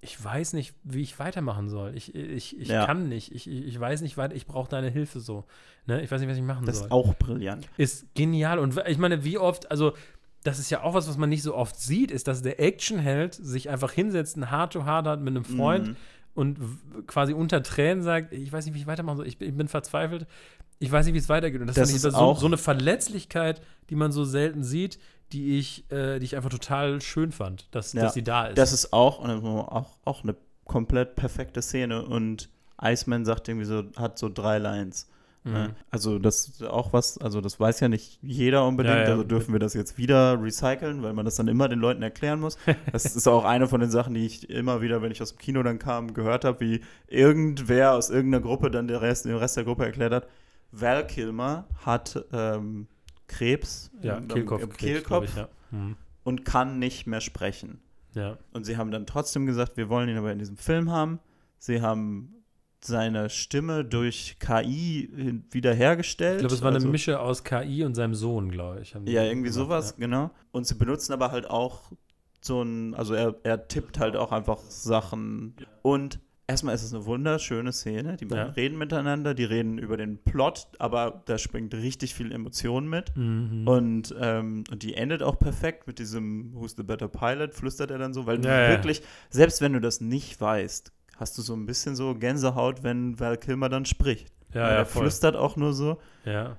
ich weiß nicht, wie ich weitermachen soll. Ich kann nicht. Ich weiß nicht weiter. Ich brauche deine Hilfe so. Ne? Ich weiß nicht, was ich machen soll. Das ist auch brillant. Ist genial. Und ich meine, wie oft, also das ist ja auch was man nicht so oft sieht, ist, dass der Actionheld sich einfach hinsetzt, ein Heart-to-Heart hat mit einem Freund und quasi unter Tränen sagt, ich weiß nicht, wie ich weitermachen soll. Ich bin verzweifelt. Ich weiß nicht, wie es weitergeht. Und das ist auch so eine Verletzlichkeit, die man so selten sieht, die ich einfach total schön fand, dass sie da ist. Das ist auch eine komplett perfekte Szene. Und Iceman sagt irgendwie so, hat so 3 Lines. Also das ist auch was, also das weiß ja nicht jeder unbedingt, also dürfen wir das jetzt wieder recyceln, weil man das dann immer den Leuten erklären muss. Das ist auch eine von den Sachen, die ich immer wieder, wenn ich aus dem Kino dann kam, gehört habe, wie irgendwer aus irgendeiner Gruppe dann den Rest der Gruppe erklärt hat. Val Kilmer hat Krebs im Kehlkopf und kann nicht mehr sprechen. Ja. Und sie haben dann trotzdem gesagt, wir wollen ihn aber in diesem Film haben. Sie haben seine Stimme durch KI wiederhergestellt. Ich glaube, es war eine Mische aus KI und seinem Sohn, glaube ich. Ja, irgendwie sowas, genau. Und sie benutzen aber halt auch also er tippt halt auch einfach Sachen. Und erstmal ist es eine wunderschöne Szene. Die beiden reden miteinander, die reden über den Plot, aber da springt richtig viel Emotion mit. Und die endet auch perfekt mit diesem Who's the better pilot, flüstert er dann so, weil du wirklich, selbst wenn du das nicht weißt, hast du so ein bisschen so Gänsehaut, wenn Val Kilmer dann spricht. Er flüstert auch nur so. Ja.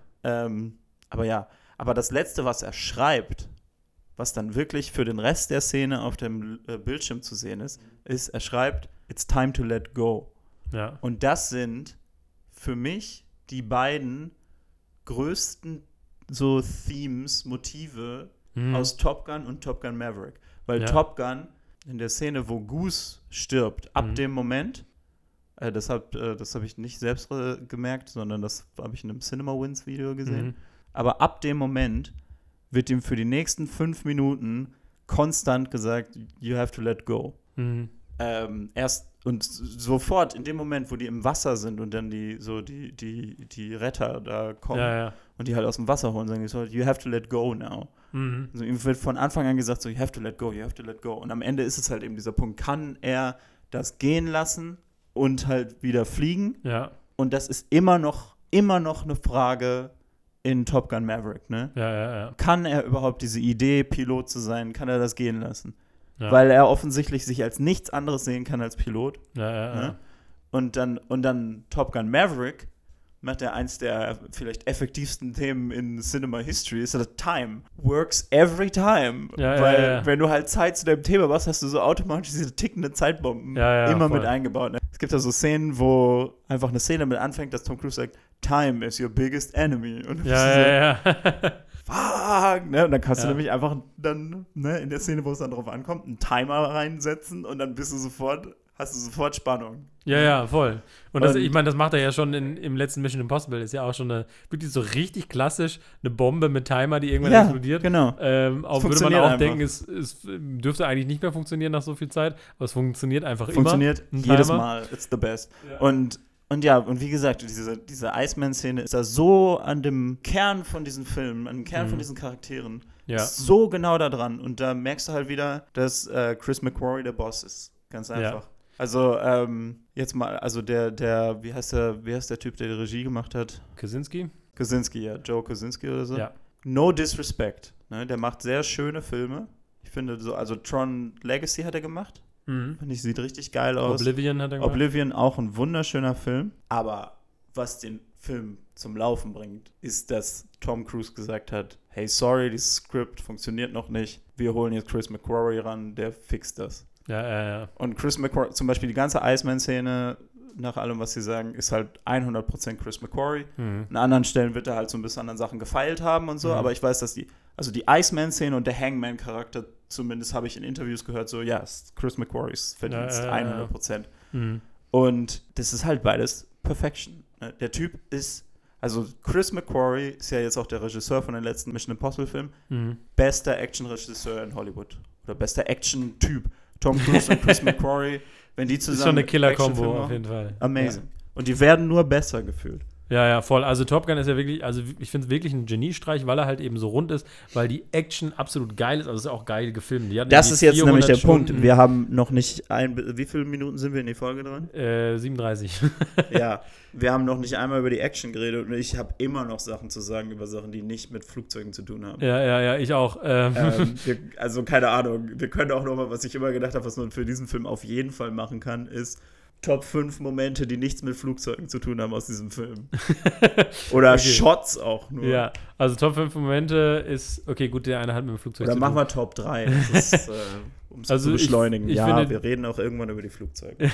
Aber das Letzte, was er schreibt, was dann wirklich für den Rest der Szene auf dem Bildschirm zu sehen ist, er schreibt, "It's time to let go." Ja. Und das sind für mich die beiden größten so Themes, Motive aus Top Gun und Top Gun Maverick. Weil Top Gun in der Szene, wo Goose stirbt, ab dem Moment, das hab ich nicht selbst gemerkt, sondern das habe ich in einem Cinema Wins Video gesehen, aber ab dem Moment wird ihm für die nächsten 5 Minuten konstant gesagt, you have to let go. Erst und sofort in dem Moment, wo die im Wasser sind und dann die Retter da kommen und die halt aus dem Wasser holen, sagen die so, you have to let go now. Also ihm wird von Anfang an gesagt, so, you have to let go, you have to let go. Und am Ende ist es halt eben dieser Punkt, kann er das gehen lassen und halt wieder fliegen? Ja. Und das ist immer noch eine Frage in Top Gun Maverick, ne? Ja. Kann er überhaupt diese Idee, Pilot zu sein, kann er das gehen lassen? Ja. Weil er offensichtlich sich als nichts anderes sehen kann als Pilot. Ja. Und dann Top Gun Maverick macht er eins der vielleicht effektivsten Themen in Cinema History, ist das Time. Works every time. Weil wenn du halt Zeit zu deinem Thema machst, hast du so automatisch diese tickenden Zeitbomben immer mit eingebaut. Ne? Es gibt da so Szenen, wo einfach eine Szene mit anfängt, dass Tom Cruise sagt, Time is your biggest enemy. Und fuck, ne? Und dann kannst du nämlich einfach dann, ne, in der Szene, wo es dann drauf ankommt, einen Timer reinsetzen und dann hast du sofort Spannung. Ja, voll. Und ich meine, das macht er ja schon im letzten Mission Impossible. Ist ja auch schon wirklich so richtig klassisch eine Bombe mit Timer, die irgendwann explodiert. Genau. Auch würde man auch einfach denken, es dürfte eigentlich nicht mehr funktionieren nach so viel Zeit, aber es funktioniert einfach immer. Funktioniert jedes Mal. It's the best. Ja. Und wie gesagt, diese Iceman-Szene ist da so an dem Kern von diesen Filmen, an dem Kern von diesen Charakteren, ist so genau da dran. Und da merkst du halt wieder, dass Chris McQuarrie der Boss ist. Ganz einfach. Ja. Also, jetzt mal, also wie heißt der Typ, der die Regie gemacht hat? Kosinski, ja, Joe Kosinski oder so. Ja. No disrespect, ne? Der macht sehr schöne Filme. Ich finde so, also Tron Legacy hat er gemacht. Finde ich, sieht richtig geil aus. Oblivion hat er gemacht. Oblivion, auch ein wunderschöner Film. Aber was den Film zum Laufen bringt, ist, dass Tom Cruise gesagt hat, hey, sorry, dieses Skript funktioniert noch nicht. Wir holen jetzt Chris McQuarrie ran, der fixt das. Ja. Und Chris McQuarrie, zum Beispiel die ganze Iceman-Szene, nach allem, was sie sagen, ist halt 100% Chris McQuarrie. An anderen Stellen wird er halt so ein bisschen an Sachen gefeilt haben und so, aber ich weiß, dass die Iceman-Szene und der Hangman-Charakter, zumindest habe ich in Interviews gehört, so, ja, Chris McQuarries Verdienst, 100%. Und das ist halt beides Perfection. Der Typ ist, also Chris McQuarrie ist ja jetzt auch der Regisseur von den letzten Mission Impossible-Filmen, bester Action-Regisseur in Hollywood. Oder bester Action-Typ. Tom Cruise und Chris McQuarrie, wenn die zusammen. Das ist schon eine Killer-Kombo auf jeden Fall. Amazing. Ja. Und die werden nur besser gefühlt. Ja, voll. Also Top Gun ist ja wirklich, also ich finde es wirklich ein Geniestreich, weil er halt eben so rund ist, weil die Action absolut geil ist. Also es ist auch geil gefilmt. Das ist jetzt nämlich der Punkt. Wir haben noch nicht wie viele Minuten sind wir in die Folge dran? 37. Ja, wir haben noch nicht einmal über die Action geredet und ich habe immer noch Sachen zu sagen über Sachen, die nicht mit Flugzeugen zu tun haben. Ja, ich auch. Also keine Ahnung. Wir können auch noch mal, was ich immer gedacht habe, was man für diesen Film auf jeden Fall machen kann, ist Top 5 Momente, die nichts mit Flugzeugen zu tun haben aus diesem Film. Oder okay. Shots auch nur. Ja, also Top 5 Momente ist, okay, gut, der eine hat mit dem Flugzeug zu tun. Oder machen wir Top 3, um es zu beschleunigen. Ich finde, wir reden auch irgendwann über die Flugzeuge.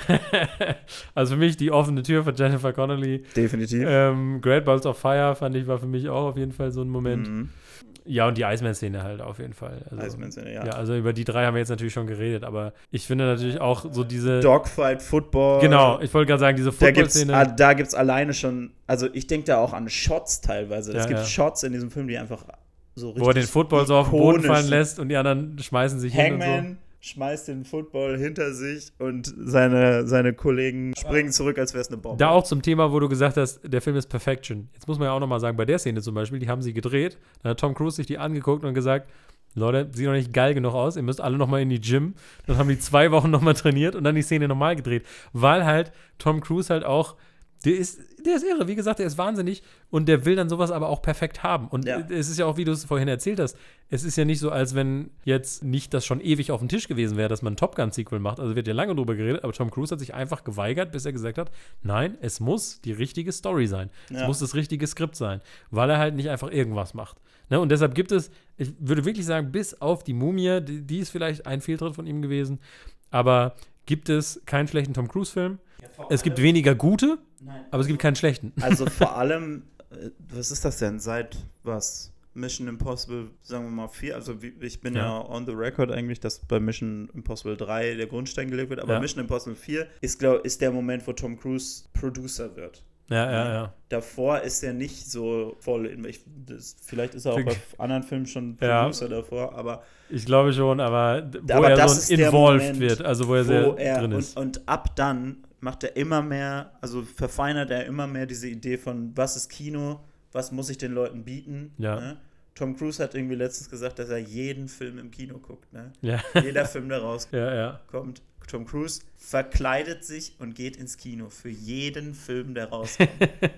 Also für mich die offene Tür von Jennifer Connelly. Definitiv. Great Balls of Fire war für mich auch auf jeden Fall so ein Moment. Mhm. Ja, und die Iceman-Szene halt auf jeden Fall. Also, Iceman-Szene, ja. Ja, also über die 3 haben wir jetzt natürlich schon geredet, aber ich finde natürlich auch so diese Dogfight, Football. Genau, ich wollte gerade sagen, diese Football-Szene. Da gibt's alleine schon, also ich denke da auch an Shots teilweise. Es gibt Shots in diesem Film, die einfach so richtig wo er den Football so auf den Boden fallen lässt und die anderen schmeißen sich hin und so. Schmeißt den Football hinter sich und seine Kollegen springen zurück, als wäre es eine Bombe. Da auch zum Thema, wo du gesagt hast, der Film ist Perfection. Jetzt muss man ja auch nochmal sagen, bei der Szene zum Beispiel, die haben sie gedreht, dann hat Tom Cruise sich die angeguckt und gesagt, Leute, sieht noch nicht geil genug aus, ihr müsst alle nochmal in die Gym. Dann haben die 2 Wochen nochmal trainiert und dann die Szene nochmal gedreht, weil halt Tom Cruise halt auch der ist irre, wie gesagt, der ist wahnsinnig und der will dann sowas aber auch perfekt haben. Und es ist ja auch, wie du es vorhin erzählt hast, es ist ja nicht so, als wenn jetzt nicht das schon ewig auf dem Tisch gewesen wäre, dass man ein Top Gun-Sequel macht. Also wird ja lange drüber geredet, aber Tom Cruise hat sich einfach geweigert, bis er gesagt hat, nein, es muss die richtige Story sein. Es muss das richtige Skript sein, weil er halt nicht einfach irgendwas macht. Ne? Und deshalb gibt es, ich würde wirklich sagen, bis auf die Mumie, die ist vielleicht ein Fehltritt von ihm gewesen, aber gibt es keinen schlechten Tom Cruise-Film. Es gibt weniger gute, aber es gibt keinen schlechten. Also vor allem, was ist das denn? Seit was? Mission Impossible, sagen wir mal 4. Also ich bin ja on the record eigentlich, dass bei Mission Impossible 3 der Grundstein gelegt wird. Aber Mission Impossible 4 ist der Moment, wo Tom Cruise Producer wird. Ja. Davor ist er nicht so voll. Vielleicht ist er auch bei anderen Filmen schon Producer davor, aber ich glaube schon, aber er so involved Moment, wird, also wo er sehr drin ist. Und ab dann macht er immer mehr, also verfeinert er immer mehr diese Idee von, was ist Kino, was muss ich den Leuten bieten. Ja. Ne? Tom Cruise hat irgendwie letztens gesagt, dass er jeden Film im Kino guckt. Ne? Ja. Jeder Film, der rauskommt. Tom Cruise verkleidet sich und geht ins Kino für jeden Film, der rauskommt.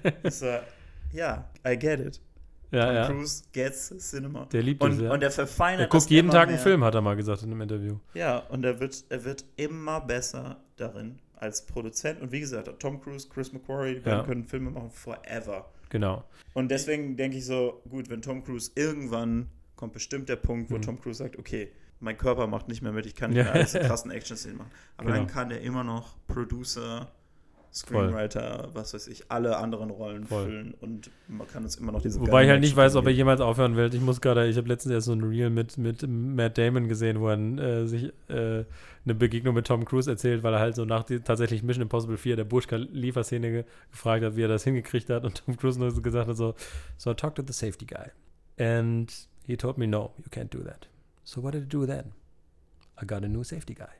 I get it. Tom Cruise gets cinema. Der liebt es, und er verfeinert er guckt jeden Tag einen Film, hat er mal gesagt in einem Interview. Ja, und er wird immer besser darin als Produzent. Und wie gesagt, Tom Cruise, Chris McQuarrie, die können Filme machen forever. Genau. Und deswegen denke ich so, gut, wenn Tom Cruise irgendwann kommt bestimmt der Punkt, wo Tom Cruise sagt, okay, mein Körper macht nicht mehr mit, ich kann nicht mehr alles krassen Action-Szenen machen. Aber dann kann er immer noch Producer, Screenwriter, was weiß ich, alle anderen Rollen füllen und man kann uns immer noch diese Wobei ich halt nicht weiß, ob er jemals aufhören will. Ich habe letztens erst so ein Reel mit Matt Damon gesehen, wo er sich eine Begegnung mit Tom Cruise erzählt, weil er halt so nach tatsächlich Mission Impossible 4 der Burj Khalifa-Szene gefragt hat, wie er das hingekriegt hat und Tom Cruise nur so gesagt hat so I talked to the safety guy and he told me no, you can't do that. So what did I do then? I got a new safety guy.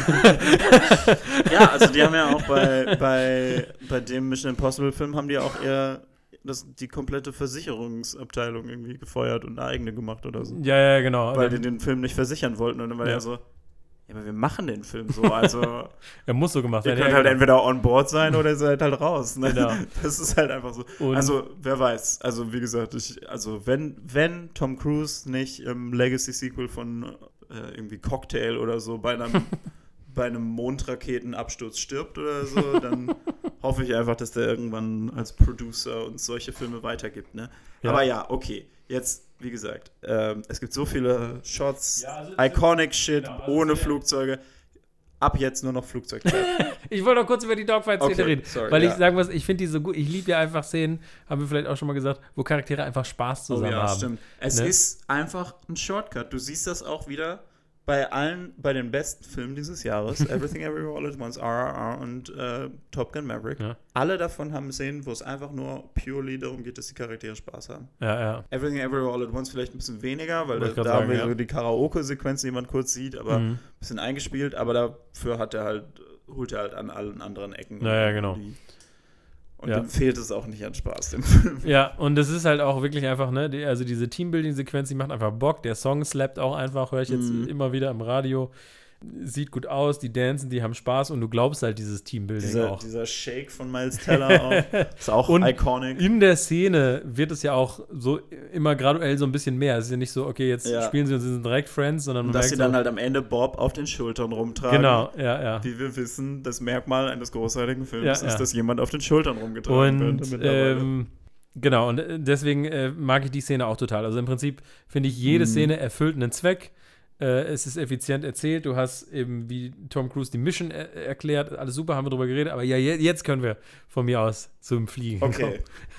Ja, also die haben ja auch bei dem Mission Impossible Film haben die auch eher die komplette Versicherungsabteilung irgendwie gefeuert und eine eigene gemacht oder so. Ja, genau. Weil die den Film nicht versichern wollten und dann war er so, ja, aber wir machen den Film so, also er muss so gemacht werden. Ihr könnt halt entweder on board sein oder ihr seid halt raus. Ne? Genau. Das ist halt einfach so. Und also, wer weiß. Also, wie gesagt, wenn Tom Cruise nicht im Legacy-Sequel von irgendwie Cocktail oder so bei einem Mondraketenabsturz stirbt oder so, dann hoffe ich einfach, dass der irgendwann als Producer uns solche Filme weitergibt. Ne? Ja. Aber ja, okay. Jetzt, wie gesagt, es gibt so viele Shots, iconic Shit, ohne Flugzeuge. Ab jetzt nur noch Flugzeugzeit. Ich wollte noch kurz über die Dogfight-Szene reden. Sorry, weil ich sagen muss, ich finde die so gut. Ich liebe ja einfach Szenen, haben wir vielleicht auch schon mal gesagt, wo Charaktere einfach Spaß zusammen haben. Stimmt. Es ist einfach ein Shortcut. Du siehst das auch wieder bei den besten Filmen dieses Jahres, Everything Everywhere All at Once, RRR und Top Gun Maverick. Ja. Alle davon haben Szenen, wo es einfach nur purely darum geht, dass die Charaktere Spaß haben. Ja. Everything Everywhere All at Once vielleicht ein bisschen weniger, weil da haben wir so die Karaoke-Sequenz, die man kurz sieht, aber ein bisschen eingespielt, aber dafür holt er halt an allen anderen Ecken. Ja, genau. Und dem fehlt es auch nicht an Spaß, dem Film. Ja, und es ist halt auch wirklich einfach, ne, also diese Teambuilding-Sequenz, die macht einfach Bock. Der Song slappt auch einfach, höre ich jetzt immer wieder im Radio. Sieht gut aus, die dancen, die haben Spaß und du glaubst halt dieses Teambuilding auch. Dieser Shake von Miles Teller auch, ist auch und iconic. In der Szene wird es ja auch so immer graduell so ein bisschen mehr. Es ist ja nicht so, okay, jetzt spielen sie und sie sind direkt Friends, sondern man dass merkt sie dann halt am Ende Bob auf den Schultern rumtragen. Genau, ja. Wie wir wissen, das Merkmal eines großartigen Films ist, dass jemand auf den Schultern rumgetragen wird. Genau, und deswegen mag ich die Szene auch total. Also im Prinzip finde ich, jede Szene erfüllt einen Zweck. Es ist effizient erzählt. Du hast eben, wie Tom Cruise die Mission erklärt. Alles super, haben wir drüber geredet. Aber ja, jetzt können wir von mir aus zum Fliegen kommen.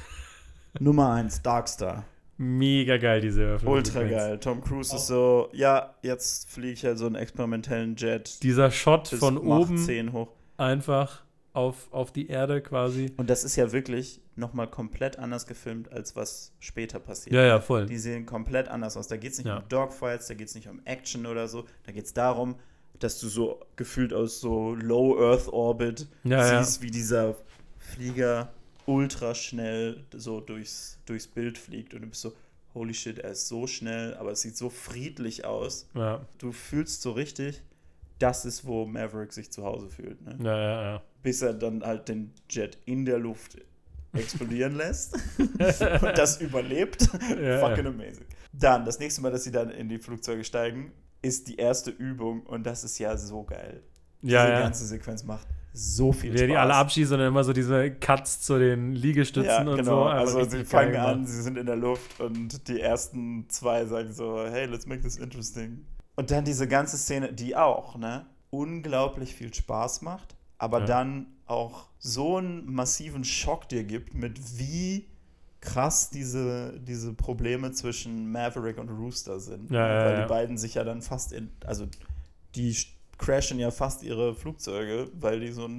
Nummer 1, Darkstar. Mega geil, diese Eröffnung. Ultra geil. Tom Cruise ist so, ja, jetzt fliege ich halt so einen experimentellen Jet. Dieser Shot von oben 10 hoch. Einfach auf die Erde quasi. Und das ist ja wirklich nochmal komplett anders gefilmt, als was später passiert. Ja, voll. Die sehen komplett anders aus. Da geht es nicht um Dogfights, da geht es nicht um Action oder so. Da geht es darum, dass du so gefühlt aus so Low Earth Orbit siehst, wie dieser Flieger ultra schnell so durchs Bild fliegt. Und du bist so, holy shit, er ist so schnell, aber es sieht so friedlich aus. Ja. Du fühlst so richtig, das ist, wo Maverick sich zu Hause fühlt. Ne? Ja. Bis er dann halt den Jet in der Luft explodieren lässt und das überlebt. Fucking amazing. Dann, das nächste Mal, dass sie dann in die Flugzeuge steigen, ist die erste Übung und das ist ja so geil. Diese ganze Sequenz macht so viel Spaß. Die alle abschießen und dann immer so diese Cuts zu den Liegestützen und so. Also sie fangen an, sie sind in der Luft und die ersten 2 sagen so, hey, let's make this interesting. Und dann diese ganze Szene, die auch, ne, unglaublich viel Spaß macht, aber dann auch so einen massiven Schock dir gibt, mit wie krass diese Probleme zwischen Maverick und Rooster sind. Weil die beiden sich ja dann fast die crashen ja fast ihre Flugzeuge, weil die so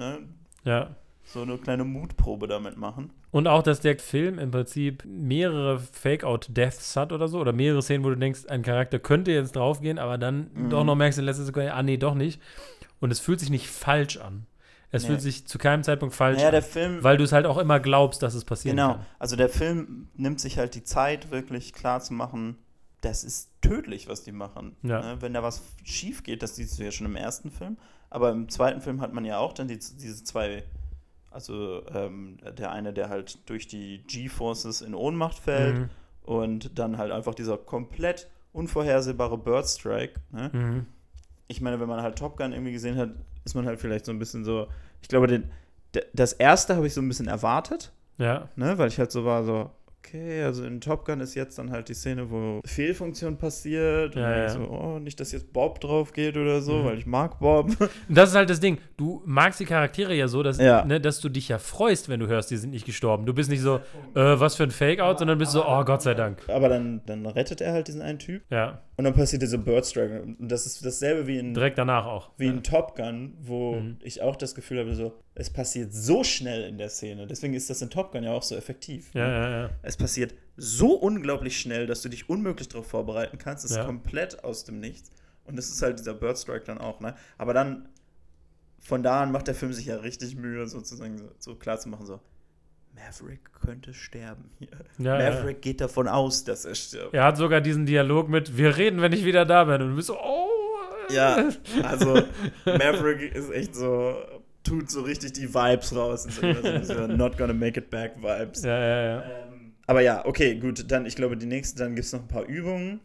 eine kleine Mutprobe damit machen. Und auch, dass der Film im Prinzip mehrere Fake-Out-Deaths hat oder so, oder mehrere Szenen, wo du denkst, ein Charakter könnte jetzt draufgehen, aber dann doch noch merkst in letzter Sekunde, nee, doch nicht. Und es fühlt sich nicht falsch an. Es fühlt sich zu keinem Zeitpunkt falsch an, der Film, weil du es halt auch immer glaubst, dass es passieren kann. Genau, also der Film nimmt sich halt die Zeit, wirklich klar zu machen, das ist tödlich, was die machen. Ja. Ne? Wenn da was schief geht, das siehst du ja schon im ersten Film, aber im zweiten Film hat man ja auch dann diese 2, also der eine, der halt durch die G-Forces in Ohnmacht fällt und dann halt einfach dieser komplett unvorhersehbare Bird Strike. Ne? Ich meine, wenn man halt Top Gun irgendwie gesehen hat, ist man halt vielleicht so ein bisschen so, ich glaube, das erste habe ich so ein bisschen erwartet, ne? Weil ich halt so war, so, okay, also in Top Gun ist jetzt dann halt die Szene, wo Fehlfunktion passiert und so, oh, nicht, dass jetzt Bob drauf geht oder so, weil ich mag Bob. Das ist halt das Ding, du magst die Charaktere ja so, dass, ne, dass du dich ja freust, wenn du hörst, die sind nicht gestorben. Du bist nicht so, was für ein Fake-Out, sondern bist so, oh, Gott sei Dank. Aber dann rettet er halt diesen einen Typ. Ja. Und dann passiert diese Bird Strike. Und das ist dasselbe wie in direkt danach auch. Wie in Top Gun, wo ich auch das Gefühl habe, so, es passiert so schnell in der Szene. Deswegen ist das in Top Gun ja auch so effektiv. Ja. Es passiert so unglaublich schnell, dass du dich unmöglich darauf vorbereiten kannst. Es ist komplett aus dem Nichts. Und das ist halt dieser Bird Strike dann auch, ne? Aber dann, von da an macht der Film sich ja richtig Mühe, sozusagen so klar zu machen, so, Maverick könnte sterben hier. Maverick geht davon aus, dass er stirbt. Er hat sogar diesen Dialog mit, wir reden, wenn ich wieder da bin. Und du bist so, oh. Ja, also Maverick ist echt so, tut so richtig die Vibes raus. So not gonna make it back Vibes. Ja. Aber ja, okay, gut. Dann, ich glaube, dann gibt es noch ein paar Übungen.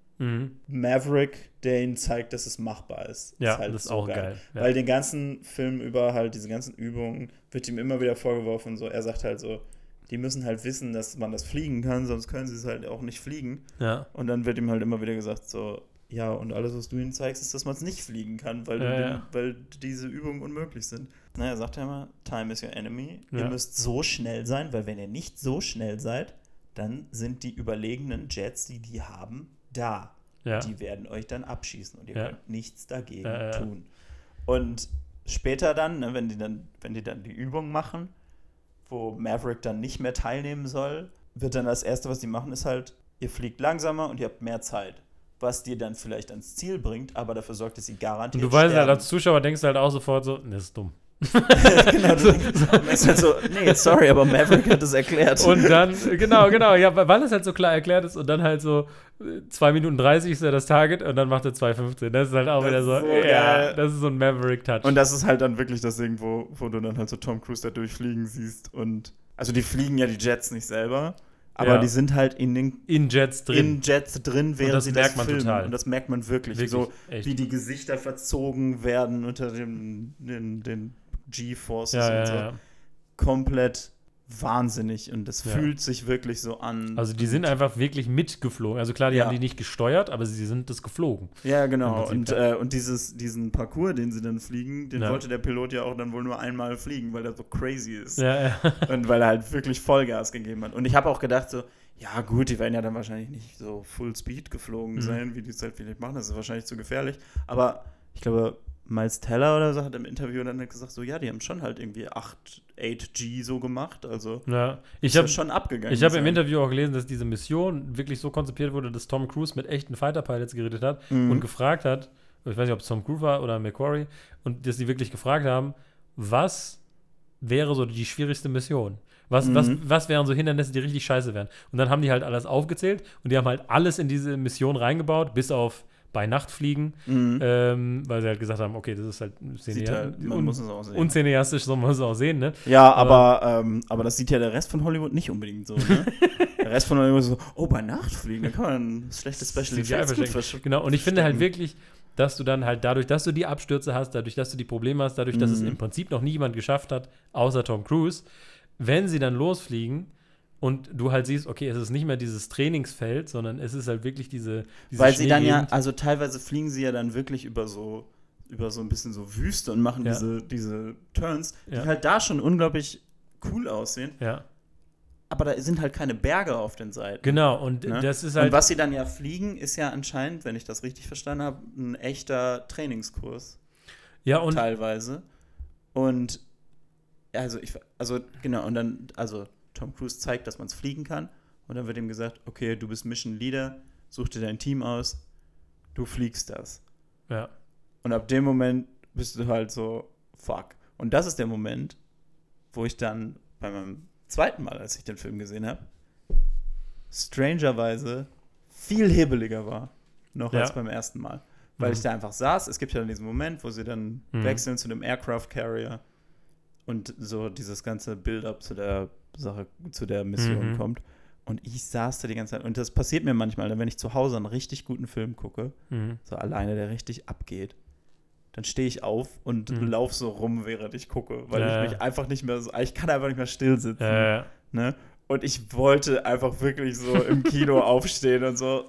Maverick, der ihnen zeigt, dass es machbar ist. Ja, ist halt das ist so auch geil. Ja. Weil den ganzen Film über halt diese ganzen Übungen wird ihm immer wieder vorgeworfen, so, er sagt halt so, die müssen halt wissen, dass man das fliegen kann, sonst können sie es halt auch nicht fliegen. Ja. Und dann wird ihm halt immer wieder gesagt, so, ja, und alles, was du ihnen zeigst, ist, dass man es nicht fliegen kann, weil diese Übungen unmöglich sind. Er sagt ja immer, time is your enemy. Ihr müsst so schnell sein, weil wenn ihr nicht so schnell seid, dann sind die überlegenen Jets, die haben, da. Ja. Die werden euch dann abschießen und ihr könnt nichts dagegen tun. Und später dann, ne, wenn die dann die Übung machen, wo Maverick dann nicht mehr teilnehmen soll, wird dann das Erste, was die machen, ist halt, ihr fliegt langsamer und ihr habt mehr Zeit. Was dir dann vielleicht ans Ziel bringt, aber dafür sorgt, dass sie garantiert und du weißt sterben. halt, als Zuschauer denkst du halt auch sofort so, das ist dumm. Genau, du denkst halt so, nee, sorry, aber Maverick hat es erklärt. Und dann, genau, ja, weil es halt so klar erklärt ist und dann halt so 2 Minuten 30 ist ja das Target und dann macht er 2,15. Das ist halt auch wieder so, ja, das ist so ein Maverick-Touch. Und das ist halt dann wirklich das Ding, wo du dann halt so Tom Cruise da durchfliegen siehst und, also die fliegen ja die Jets nicht selber, aber die sind halt in Jets drin, während sie das filmen. Total. Und das merkt man wirklich so, echt. Wie die Gesichter verzogen werden unter den G-Forces und so. Ja. Komplett wahnsinnig und das fühlt sich wirklich so an. Also die sind einfach wirklich mitgeflogen. Also klar, die haben die nicht gesteuert, aber sie sind das geflogen. Ja, genau. Und diesen Parcours, den sie dann fliegen, den wollte der Pilot ja auch dann wohl nur einmal fliegen, weil der so crazy ist. Ja. Und weil er halt wirklich Vollgas gegeben hat. Und ich habe auch gedacht so, ja gut, die werden ja dann wahrscheinlich nicht so Full Speed geflogen sein, wie die es halt vielleicht machen. Das ist wahrscheinlich zu gefährlich. Aber ich glaube, Miles Teller oder so hat im Interview dann gesagt, so ja, die haben schon halt irgendwie 8G so gemacht, also ich habe schon abgegangen. Ich habe im Interview auch gelesen, dass diese Mission wirklich so konzipiert wurde, dass Tom Cruise mit echten Fighter-Pilots geredet hat und gefragt hat, ich weiß nicht, ob es Tom Cruise war oder McQuarrie, und dass die wirklich gefragt haben, was wäre so die schwierigste Mission? Was wären so Hindernisse, die richtig scheiße wären? Und dann haben die halt alles aufgezählt und die haben halt alles in diese Mission reingebaut, bis auf bei Nacht fliegen, weil sie halt gesagt haben, okay, das ist halt man muss es auch sehen. Uncineastisch, so man muss es auch sehen, ne? Ja, aber das sieht ja der Rest von Hollywood nicht unbedingt so, ne? Der Rest von Hollywood ist so, oh, bei Nacht fliegen, da kann man schlechte Special Effects gut verstecken. Genau, und ich finde halt wirklich, dass du dann halt dadurch, dass du die Abstürze hast, dadurch, dass du die Probleme hast, dadurch, dass es im Prinzip noch nie jemand geschafft hat, außer Tom Cruise, wenn sie dann losfliegen, und du halt siehst, okay, es ist nicht mehr dieses Trainingsfeld, sondern es ist halt wirklich diese weil sie dann ja, also teilweise fliegen sie ja dann wirklich über so ein bisschen so Wüste und machen diese Turns, die halt da schon unglaublich cool aussehen. Ja. Aber da sind halt keine Berge auf den Seiten. Genau, und das ist halt. Und was sie dann ja fliegen, ist ja anscheinend, wenn ich das richtig verstanden habe, ein echter Trainingskurs. Ja, und. Teilweise. Und genau, und dann, Tom Cruise zeigt, dass man es fliegen kann und dann wird ihm gesagt, okay, du bist Mission Leader, such dir dein Team aus, du fliegst das. Ja. Und ab dem Moment bist du halt so, fuck. Und das ist der Moment, wo ich dann bei meinem zweiten Mal, als ich den Film gesehen habe, strangerweise viel hebeliger war, noch als beim ersten Mal. Weil ich da einfach saß, es gibt ja dann diesen Moment, wo sie dann wechseln zu dem Aircraft Carrier und so dieses ganze Build-up zu der Sache, zu der Mission kommt. Und ich saß da die ganze Zeit. Und das passiert mir manchmal, wenn ich zu Hause einen richtig guten Film gucke, so alleine, der richtig abgeht, dann stehe ich auf und laufe so rum, während ich gucke, weil ich mich einfach nicht mehr ich kann einfach nicht mehr still sitzen. Ne? Und ich wollte einfach wirklich so im Kino aufstehen und so.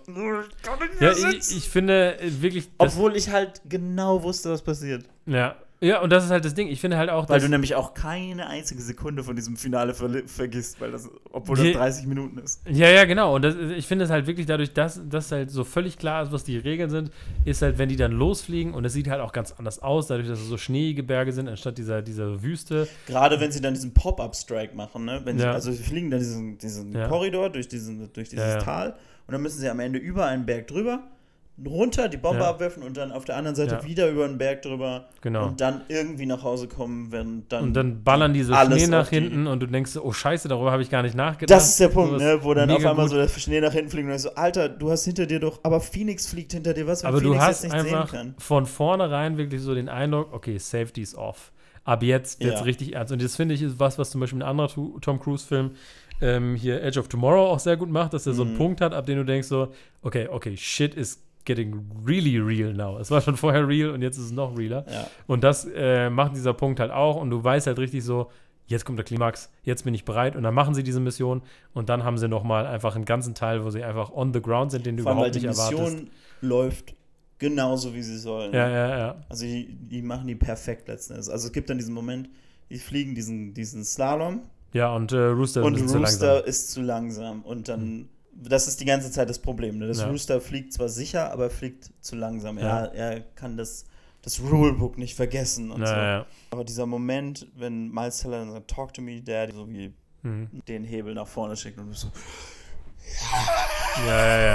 Ich finde wirklich. Obwohl ich halt genau wusste, was passiert. Ja, und das ist halt das Ding. Ich finde halt auch, weil du nämlich auch keine einzige Sekunde von diesem Finale vergisst, obwohl das 30 Minuten ist. Ja, genau. Und ich finde es halt wirklich dadurch, dass halt so völlig klar ist, was die Regeln sind, ist halt, wenn die dann losfliegen und es sieht halt auch ganz anders aus, dadurch, dass es so schneeige Berge sind, anstatt dieser Wüste. Gerade wenn sie dann diesen Pop-Up-Strike machen, ne? Sie fliegen dann diesen Korridor durch dieses Tal und dann müssen sie am Ende über einen Berg drüber, runter, die Bombe abwerfen und dann auf der anderen Seite wieder über den Berg drüber und dann irgendwie nach Hause kommen, wenn dann. Und dann ballern die so Schnee nach hinten und du denkst so, oh Scheiße, darüber habe ich gar nicht nachgedacht. Das ist der Punkt, ne, wo dann auf einmal so der Schnee nach hinten fliegt und ich so, Alter, du hast hinter dir doch, aber Phoenix fliegt hinter dir, was, wenn aber Phoenix du hast jetzt nicht einfach sehen kann. Von vornherein wirklich so den Eindruck, okay, Safety is off. Ab jetzt wird es richtig ernst. Und das finde ich ist was zum Beispiel ein anderer Tom Cruise-Film hier Edge of Tomorrow auch sehr gut macht, dass er so einen Punkt hat, ab dem du denkst so, okay, shit is getting really real now. Es war schon vorher real und jetzt ist es noch realer. Ja. Und das macht dieser Punkt halt auch und du weißt halt richtig so, jetzt kommt der Klimax, jetzt bin ich bereit und dann machen sie diese Mission und dann haben sie nochmal einfach einen ganzen Teil, wo sie einfach on the ground sind, den du überhaupt nicht erwartest. Die Mission läuft genauso, wie sie soll. Ja. Also die machen die perfekt letzten Endes. Also es gibt dann diesen Moment, die fliegen diesen Slalom. Ja, und Rooster ist zu langsam. Und dann das ist die ganze Zeit das Problem. Ne? Rooster fliegt zwar sicher, aber fliegt zu langsam. Er kann das Rulebook nicht vergessen und so. Ja. Aber dieser Moment, wenn Miles Teller dann sagt, talk to me, Daddy, so wie den Hebel nach vorne schickt und so. Ja.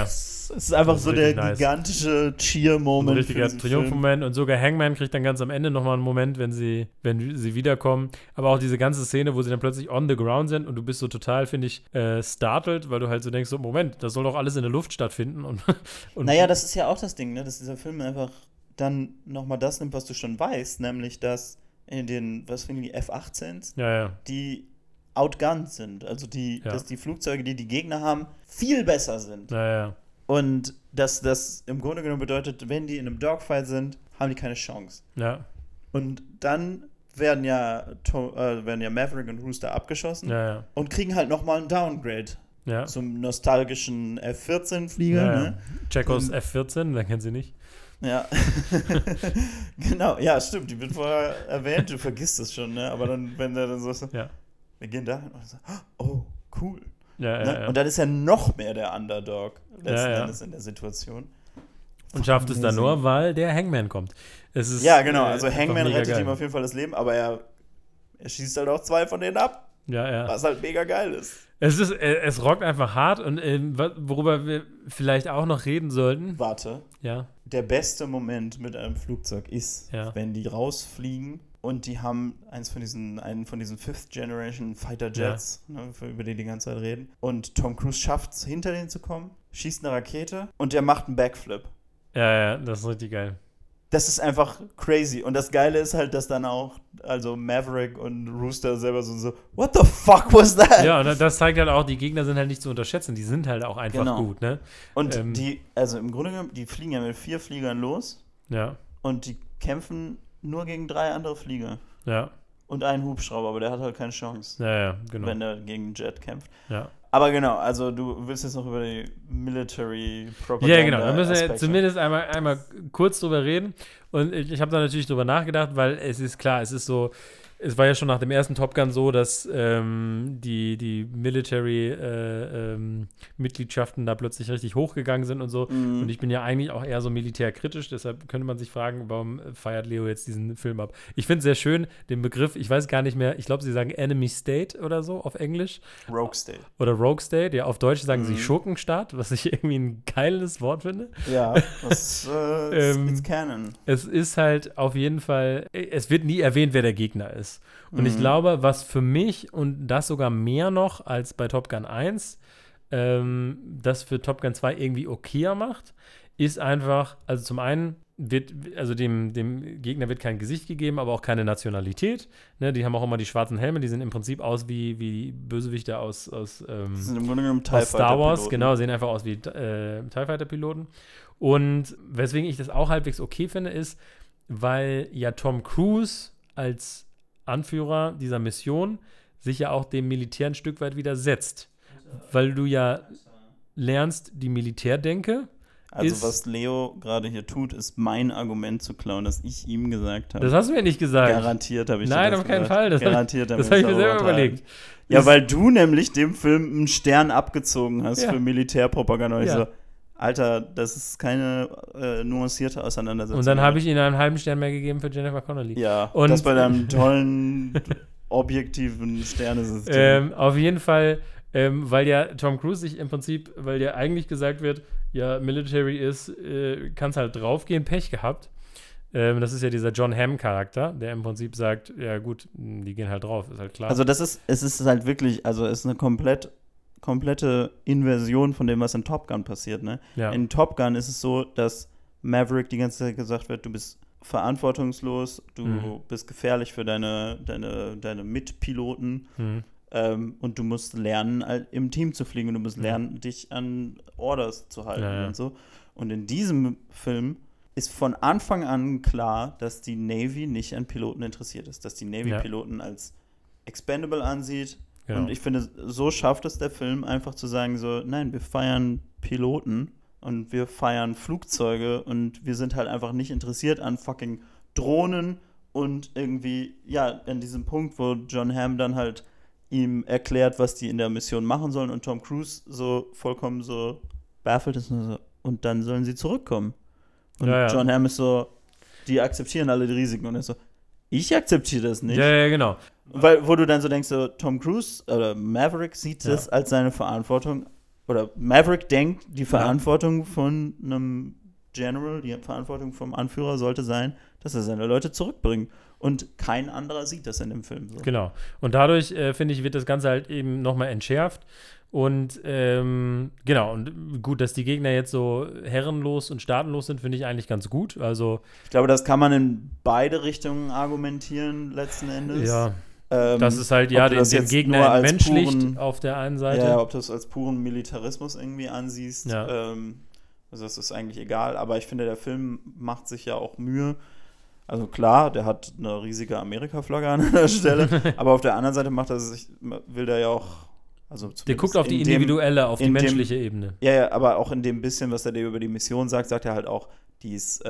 Es ist einfach so der gigantische Cheer-Moment. Ein richtiger Triumph-Moment. Und sogar Hangman kriegt dann ganz am Ende nochmal einen Moment, wenn sie wiederkommen. Aber auch diese ganze Szene, wo sie dann plötzlich on the ground sind und du bist so total, finde ich, startled, weil du halt so denkst, so, Moment, das soll doch alles in der Luft stattfinden. Und naja, das ist ja auch das Ding, ne? Dass dieser Film einfach dann nochmal das nimmt, was du schon weißt, nämlich, dass in den, was finden die, F-18s, die outgunned sind. Also dass die Flugzeuge, die Gegner haben, viel besser sind. Und dass das im Grunde genommen bedeutet, wenn die in einem Dogfight sind, haben die keine Chance. Ja. Und dann werden ja Maverick und Rooster abgeschossen und kriegen halt nochmal einen Downgrade. Ja. Zum nostalgischen F-14-Flieger. Ja. Ne? Chekos F-14, wer kennt sie nicht? Ja, genau, ja, stimmt, die wird vorher erwähnt, du vergisst es schon, ne? Aber dann, wenn der dann so, wir gehen da und so, oh, cool. Ne? Und dann ist er noch mehr der Underdog letzten Endes in der Situation. Und schafft es dann nur, weil der Hangman kommt. Es ist, ja, genau, also Hangman rettet ihm auf jeden Fall das Leben, aber er schießt halt auch 2 von denen ab. Was halt mega geil ist. Es rockt einfach hart und worüber wir vielleicht auch noch reden sollten. Warte. Ja. Der beste Moment mit einem Flugzeug ist, wenn die rausfliegen und die haben einen von diesen Fifth Generation Fighter Jets, über die ganze Zeit reden. Und Tom Cruise schafft es, hinter denen zu kommen, schießt eine Rakete und der macht einen Backflip. Ja, das ist richtig geil. Das ist einfach crazy. Und das Geile ist halt, dass dann auch, also Maverick und Rooster selber so, what the fuck was that? Ja, und das zeigt halt auch, die Gegner sind halt nicht zu unterschätzen. Die sind halt auch einfach gut, ne? Und also im Grunde genommen, die fliegen ja mit 4 Fliegern los. Ja. Und die kämpfen nur gegen 3 andere Flieger. Ja. Und einen Hubschrauber, aber der hat halt keine Chance. Ja, genau. Wenn er gegen einen Jet kämpft. Ja. Aber genau, also du willst jetzt noch über die Military Propaganda. Ja, genau, da müssen wir zumindest einmal kurz drüber reden. Und ich habe da natürlich drüber nachgedacht, weil es ist klar, es ist so, es war ja schon nach dem ersten Top Gun so, dass die Military-Mitgliedschaften da plötzlich richtig hochgegangen sind und so. Und ich bin ja eigentlich auch eher so militärkritisch, deshalb könnte man sich fragen, warum feiert Leo jetzt diesen Film ab? Ich finde es sehr schön, den Begriff, ich weiß gar nicht mehr, ich glaube, sie sagen Enemy State oder so auf Englisch. Rogue State. Oder Rogue State, ja, auf Deutsch sagen sie Schurkenstaat, was ich irgendwie ein geiles Wort finde. Ja, das ist Canon. Es ist halt auf jeden Fall, es wird nie erwähnt, wer der Gegner ist. Und ich glaube, was für mich, und das sogar mehr noch als bei Top Gun 1, das für Top Gun 2 irgendwie okayer macht, ist einfach, also zum einen dem Gegner wird kein Gesicht gegeben, aber auch keine Nationalität. Ne, die haben auch immer die schwarzen Helme, die sehen im Prinzip aus wie Bösewichte aus sind im Grunde genommen Star Wars, genau, sehen einfach aus wie TIE Fighter-Piloten. Und weswegen ich das auch halbwegs okay finde, ist, weil ja Tom Cruise als Anführer dieser Mission sich ja auch dem Militär ein Stück weit widersetzt. Weil du ja lernst, die Militärdenke. Also was Leo gerade hier tut, ist mein Argument zu klauen, das ich ihm gesagt habe. Das hast du mir nicht gesagt. Garantiert habe ich Nein, auf keinen Fall. Das habe ich mir selber überlegt. Ja, weil du nämlich dem Film einen Stern abgezogen hast für Militärpropaganda. Und ich so, Alter, das ist keine nuancierte Auseinandersetzung. Und dann habe ich ihnen einen halben Stern mehr gegeben für Jennifer Connelly. Ja, und das bei deinem tollen, objektiven Sternesystem. Auf jeden Fall, weil ja Tom Cruise sich im Prinzip, weil ja eigentlich gesagt wird, ja, Military ist, kannst halt draufgehen, Pech gehabt. Das ist ja dieser John Hamm-Charakter, der im Prinzip sagt, ja gut, die gehen halt drauf, ist halt klar. Also es ist halt wirklich, also es ist eine komplette Inversion von dem, was in Top Gun passiert, ne? Ja. In Top Gun ist es so, dass Maverick die ganze Zeit gesagt wird, du bist verantwortungslos, du bist gefährlich für deine Mitpiloten und du musst lernen, im Team zu fliegen und du musst lernen, dich an Orders zu halten und so. Und in diesem Film ist von Anfang an klar, dass die Navy nicht an Piloten interessiert ist, dass die Navy Piloten als expendable ansieht. Genau. Und ich finde, so schafft es der Film, einfach zu sagen so, nein, wir feiern Piloten und wir feiern Flugzeuge und wir sind halt einfach nicht interessiert an fucking Drohnen und irgendwie, an diesem Punkt, wo John Hamm dann halt ihm erklärt, was die in der Mission machen sollen und Tom Cruise so vollkommen so baffelt ist und dann sollen sie zurückkommen. Und John Hamm ist so, die akzeptieren alle die Risiken und er ist so, ich akzeptiere das nicht. Ja, genau. Weil, wo du dann so denkst, so, Tom Cruise oder Maverick sieht das als seine Verantwortung, oder Maverick denkt, die Verantwortung von einem General, die Verantwortung vom Anführer sollte sein, dass er seine Leute zurückbringt. Und kein anderer sieht das in dem Film so. Genau. Und dadurch, finde ich, wird das Ganze halt eben nochmal entschärft. Und genau, und gut, dass die Gegner jetzt so herrenlos und staatenlos sind, finde ich eigentlich ganz gut. Also ich glaube, das kann man in beide Richtungen argumentieren, letzten Endes. Ja, das ist halt, den Gegner entmenschlicht auf der einen Seite. Ja, ob du es als puren Militarismus irgendwie ansiehst, also das ist eigentlich egal. Aber ich finde, der Film macht sich ja auch Mühe. Also klar, der hat eine riesige Amerika-Flagge an der Stelle, aber auf der anderen Seite will der ja auch, also der guckt auf die individuelle, auf die menschliche Ebene. Ja, aber auch in dem bisschen, was er dir über die Mission sagt er halt auch, die ist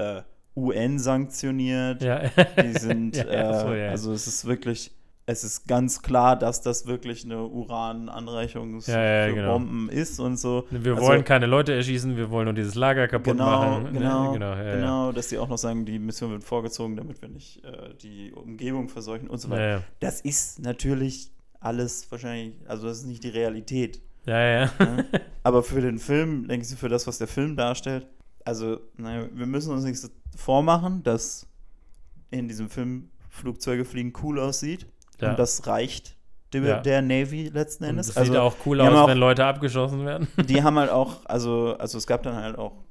UN-sanktioniert, die sind, also es ist wirklich, es ist ganz klar, dass das wirklich eine Uran-Anreicherung für Bomben ist und so. Wir wollen keine Leute erschießen, wir wollen nur dieses Lager kaputt machen. Genau, dass die auch noch sagen, die Mission wird vorgezogen, damit wir nicht die Umgebung verseuchen und so weiter. Ja. Das ist natürlich alles wahrscheinlich, also das ist nicht die Realität. Ja. Aber für den Film, denke ich, für das, was der Film darstellt, also wir müssen uns nichts vormachen, dass in diesem Film Flugzeuge fliegen cool aussieht. Ja. Und das reicht der Navy letzten Endes. Und das sieht auch cool aus, wenn Leute abgeschossen werden. Die haben halt auch, also es gab dann halt auch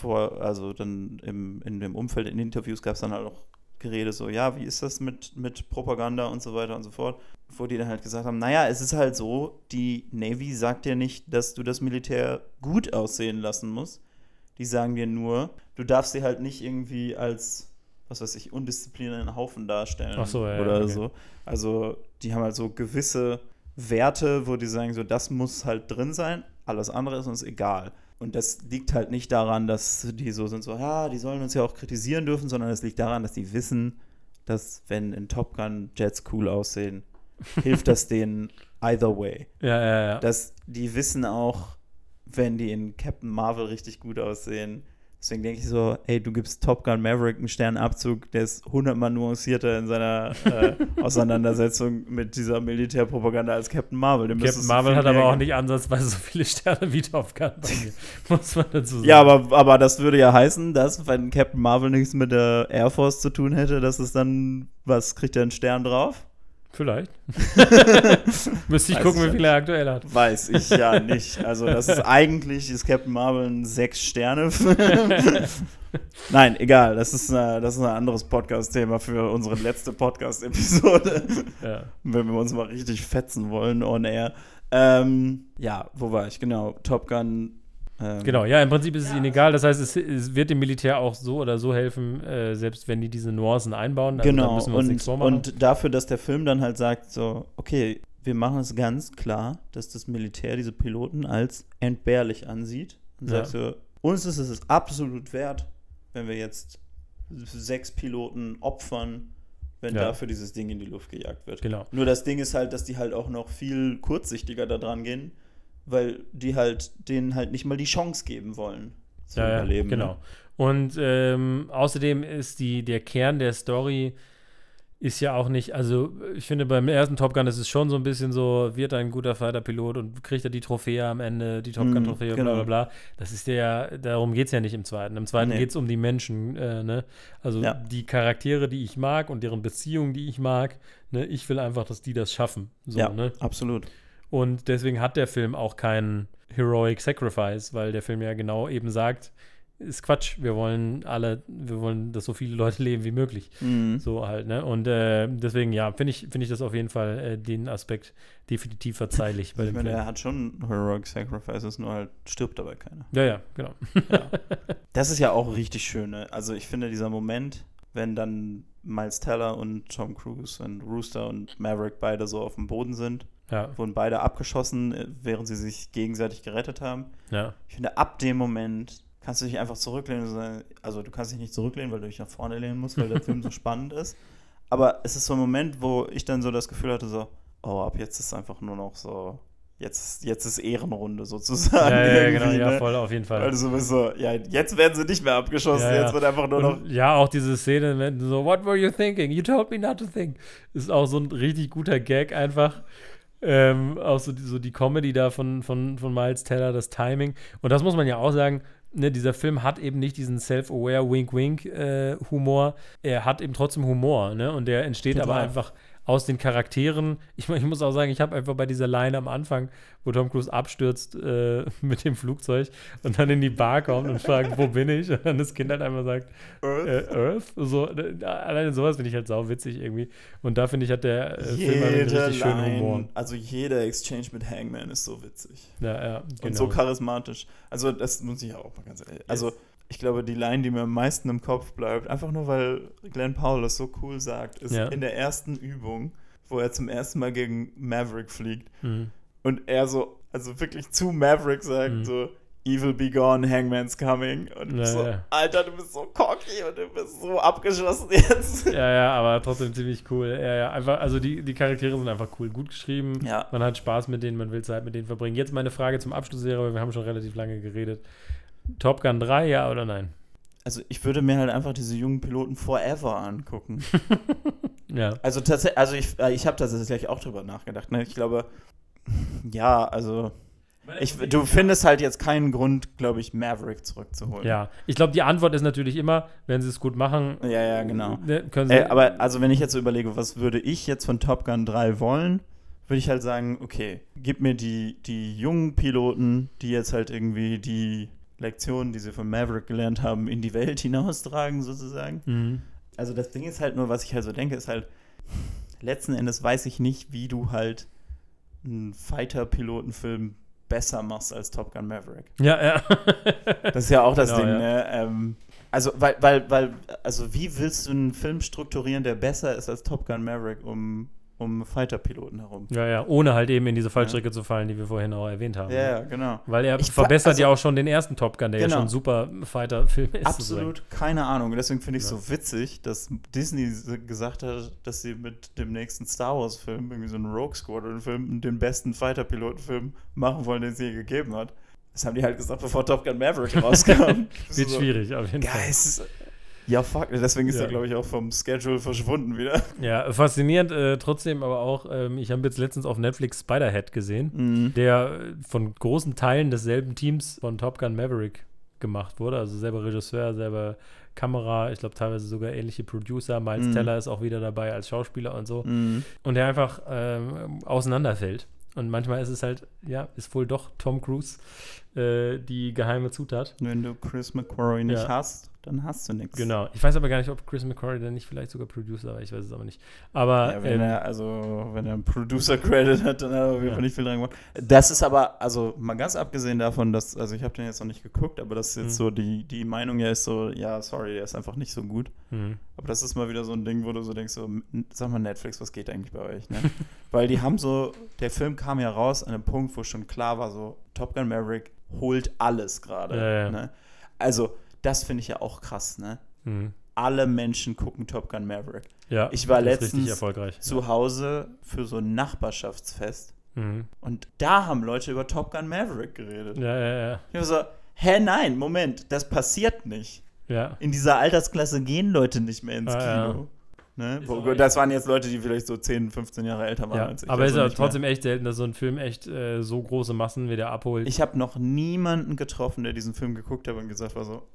dann in dem Umfeld, in Interviews gab es dann halt auch Gerede so, ja, wie ist das mit Propaganda und so weiter und so fort, wo die dann halt gesagt haben, naja, es ist halt so, die Navy sagt dir nicht, dass du das Militär gut aussehen lassen musst. Die sagen dir nur, du darfst sie halt nicht irgendwie als, was weiß ich, undisziplinierten Haufen darstellen so. Also die haben halt so gewisse Werte, wo die sagen, so das muss halt drin sein, alles andere ist uns egal. Und das liegt halt nicht daran, dass die so sind, so, ja, die sollen uns ja auch kritisieren dürfen, sondern es liegt daran, dass die wissen, dass wenn in Top Gun Jets cool aussehen, hilft das denen either way. Ja. Dass die wissen auch, wenn die in Captain Marvel richtig gut aussehen. Deswegen denke ich so, ey, du gibst Top Gun Maverick einen Sternabzug, der ist 100-mal nuancierter in seiner Auseinandersetzung mit dieser Militärpropaganda als Captain Marvel. Captain Marvel hat aber auch nicht ansatzweise so viele Sterne wie Top Gun bei mir, muss man dazu sagen. Ja, aber das würde ja heißen, dass, wenn Captain Marvel nichts mit der Air Force zu tun hätte, dass es dann, was, kriegt er einen Stern drauf? Vielleicht. Müsste ich gucken, wie viel er aktuell hat. Weiß ich ja nicht. Also das ist Captain Marvel ein 6-Sterne-Film. Nein, egal. Das ist ein anderes Podcast-Thema für unsere letzte Podcast-Episode. Ja. Wenn wir uns mal richtig fetzen wollen on air. Ja, wo war ich? Genau, Top Gun. Genau, ja, im Prinzip ist es ihnen egal. Das heißt, es wird dem Militär auch so oder so helfen, selbst wenn die diese Nuancen einbauen. Also genau, da müssen wir uns nichts vormachen. Und dafür, dass der Film dann halt sagt, so, okay, wir machen es ganz klar, dass das Militär diese Piloten als entbehrlich ansieht. Und sagt so, uns ist es absolut wert, wenn wir jetzt 6 Piloten opfern, wenn dafür dieses Ding in die Luft gejagt wird. Genau. Nur das Ding ist halt, dass die halt auch noch viel kurzsichtiger da dran gehen, weil die halt denen halt nicht mal die Chance geben wollen zu überleben. Genau. Ne? Und außerdem ist der Kern der Story ist ja auch nicht, also ich finde beim ersten Top Gun ist es schon so ein bisschen so, wird ein guter Fighter-Pilot und kriegt er die Trophäe am Ende, die Top Gun-Trophäe, genau. bla bla bla. Das ist darum geht es ja nicht im zweiten. Im zweiten geht es um die Menschen, ne? Also die Charaktere, die ich mag und deren Beziehungen, die ich mag, ne? Ich will einfach, dass die das schaffen. So, ja, ne? Absolut. Und deswegen hat der Film auch keinen Heroic Sacrifice, weil der Film ja genau eben sagt, ist Quatsch, wir wollen, dass so viele Leute leben wie möglich. So halt, ne? Und deswegen, ja, finde ich das auf jeden Fall den Aspekt definitiv verzeihlich bei dem Film. Er hat schon Heroic Sacrifices, nur halt stirbt dabei keiner. Ja, genau. Ja. Das ist ja auch richtig schön, ne? Also ich finde dieser Moment, wenn dann Miles Teller und Tom Cruise und Rooster und Maverick beide so auf dem Boden sind, wurden beide abgeschossen, während sie sich gegenseitig gerettet haben. Ja. Ich finde, ab dem Moment kannst du dich einfach zurücklehnen. Also du kannst dich nicht zurücklehnen, weil du dich nach vorne lehnen musst, weil der Film so spannend ist. Aber es ist so ein Moment, wo ich dann so das Gefühl hatte, so, oh, ab jetzt ist es einfach nur noch so, jetzt ist Ehrenrunde sozusagen. Ja, genau, ja, voll, auf jeden Fall. Weil du so bist so, ja, jetzt werden sie nicht mehr abgeschossen, jetzt wird einfach nur noch. Ja, auch diese Szene, wenn so, what were you thinking? You told me not to think. Ist auch so ein richtig guter Gag einfach. Auch so die Comedy da von Miles Teller, das Timing. Und das muss man ja auch sagen, ne, dieser Film hat eben nicht diesen self-aware Wink-Wink-Humor. Er hat eben trotzdem Humor, ne? Und der entsteht aber einfach aus den Charakteren. Ich muss auch sagen, ich habe einfach bei dieser Line am Anfang, wo Tom Cruise abstürzt mit dem Flugzeug und dann in die Bar kommt und fragt, wo bin ich? Und dann das Kind halt einfach sagt, Earth? So, alleine sowas finde ich halt sau witzig irgendwie. Und da finde ich, hat der Film einen richtig schönen Humor. Also jeder Exchange mit Hangman ist so witzig. Ja, genau. Und so charismatisch. Also das muss ich auch mal ganz ehrlich. Also ich glaube, die Line, die mir am meisten im Kopf bleibt, einfach nur, weil Glenn Powell das so cool sagt, ist in der ersten Übung, wo er zum ersten Mal gegen Maverick fliegt. Und er so, also wirklich zu Maverick sagt so, Evil be gone, Hangman's coming. Und Alter, du bist so cocky und du bist so abgeschossen jetzt. Ja, aber trotzdem ziemlich cool. Ja, einfach, also die Charaktere sind einfach cool, gut geschrieben. Ja. Man hat Spaß mit denen, man will Zeit mit denen verbringen. Jetzt meine Frage zum Abschluss, weil wir haben schon relativ lange geredet. Top Gun 3, ja oder nein? Also ich würde mir halt einfach diese jungen Piloten forever angucken. Ja. Also tatsächlich, ich habe tatsächlich auch drüber nachgedacht. Ne? Ich glaube, ja, also du findest halt jetzt keinen Grund, glaube ich, Maverick zurückzuholen. Ja, ich glaube, die Antwort ist natürlich immer, wenn sie es gut machen. Ja, genau. Können sie aber also wenn ich jetzt so überlege, was würde ich jetzt von Top Gun 3 wollen, würde ich halt sagen, okay, gib mir die jungen Piloten, die jetzt halt irgendwie die Lektionen, die sie von Maverick gelernt haben, in die Welt hinaustragen sozusagen. Also das Ding ist halt nur, was ich halt so denke, ist halt, letzten Endes weiß ich nicht, wie du halt einen Fighter-Pilotenfilm besser machst als Top Gun Maverick. Ja. Das ist ja auch das Genau, Ding, ja. ne? Also, also wie willst du einen Film strukturieren, der besser ist als Top Gun Maverick um Fighter-Piloten herum? Ja, ohne halt eben in diese Fallstricke zu fallen, die wir vorhin auch erwähnt haben. Ja, genau. Weil er verbessert ja auch schon den ersten Top Gun, der ja schon ein super Fighter-Film ist. Absolut, sozusagen. Keine Ahnung. Deswegen finde ich es so witzig, dass Disney gesagt hat, dass sie mit dem nächsten Star Wars-Film, irgendwie so einen Rogue Squadron-Film, den besten Fighter-Piloten-Film machen wollen, den es je gegeben hat. Das haben die halt gesagt, bevor Top Gun Maverick rauskam. Wird schwierig, auf jeden Fall. Ja, fuck, deswegen ist er, glaube ich, auch vom Schedule verschwunden wieder. Ja, faszinierend, trotzdem aber auch, ich habe jetzt letztens auf Netflix Spider-Head gesehen, der von großen Teilen desselben Teams von Top Gun Maverick gemacht wurde, also selber Regisseur, selber Kamera, ich glaube teilweise sogar ähnliche Producer, Miles Teller ist auch wieder dabei als Schauspieler und so, und der einfach auseinanderfällt. Und manchmal ist es halt, ist wohl doch Tom Cruise die geheime Zutat. Wenn du Chris McQuarrie nicht hast, dann hast du nichts. Genau. Ich weiß aber gar nicht, ob Chris McQuarrie dann nicht vielleicht sogar Producer war. Ich weiß es aber nicht. Aber wenn er einen Producer-Credit hat, dann hat er auf jeden Fall nicht viel dran gemacht. Das ist aber, also mal ganz abgesehen davon, dass, also ich habe den jetzt noch nicht geguckt, aber das ist jetzt so, die Meinung ja ist so, ja, sorry, der ist einfach nicht so gut. Aber das ist mal wieder so ein Ding, wo du so denkst, so, sag mal Netflix, was geht eigentlich bei euch? Ne? Weil die haben so, der Film kam ja raus an einem Punkt, wo schon klar war, so Top Gun Maverick holt alles gerade. Ja. Ne? Also, das finde ich ja auch krass, ne? Alle Menschen gucken Top Gun Maverick. Ja, ich war letztens zu Hause für so ein Nachbarschaftsfest und da haben Leute über Top Gun Maverick geredet. Ja. Ich war so, nein, Moment, das passiert nicht. Ja. In dieser Altersklasse gehen Leute nicht mehr ins Kino. Ja. Ne? Das waren jetzt Leute, die vielleicht so 10, 15 Jahre älter waren als ich. Aber es ist ja trotzdem echt selten, dass so ein Film echt so große Massen wieder abholt. Ich habe noch niemanden getroffen, der diesen Film geguckt hat und gesagt war so,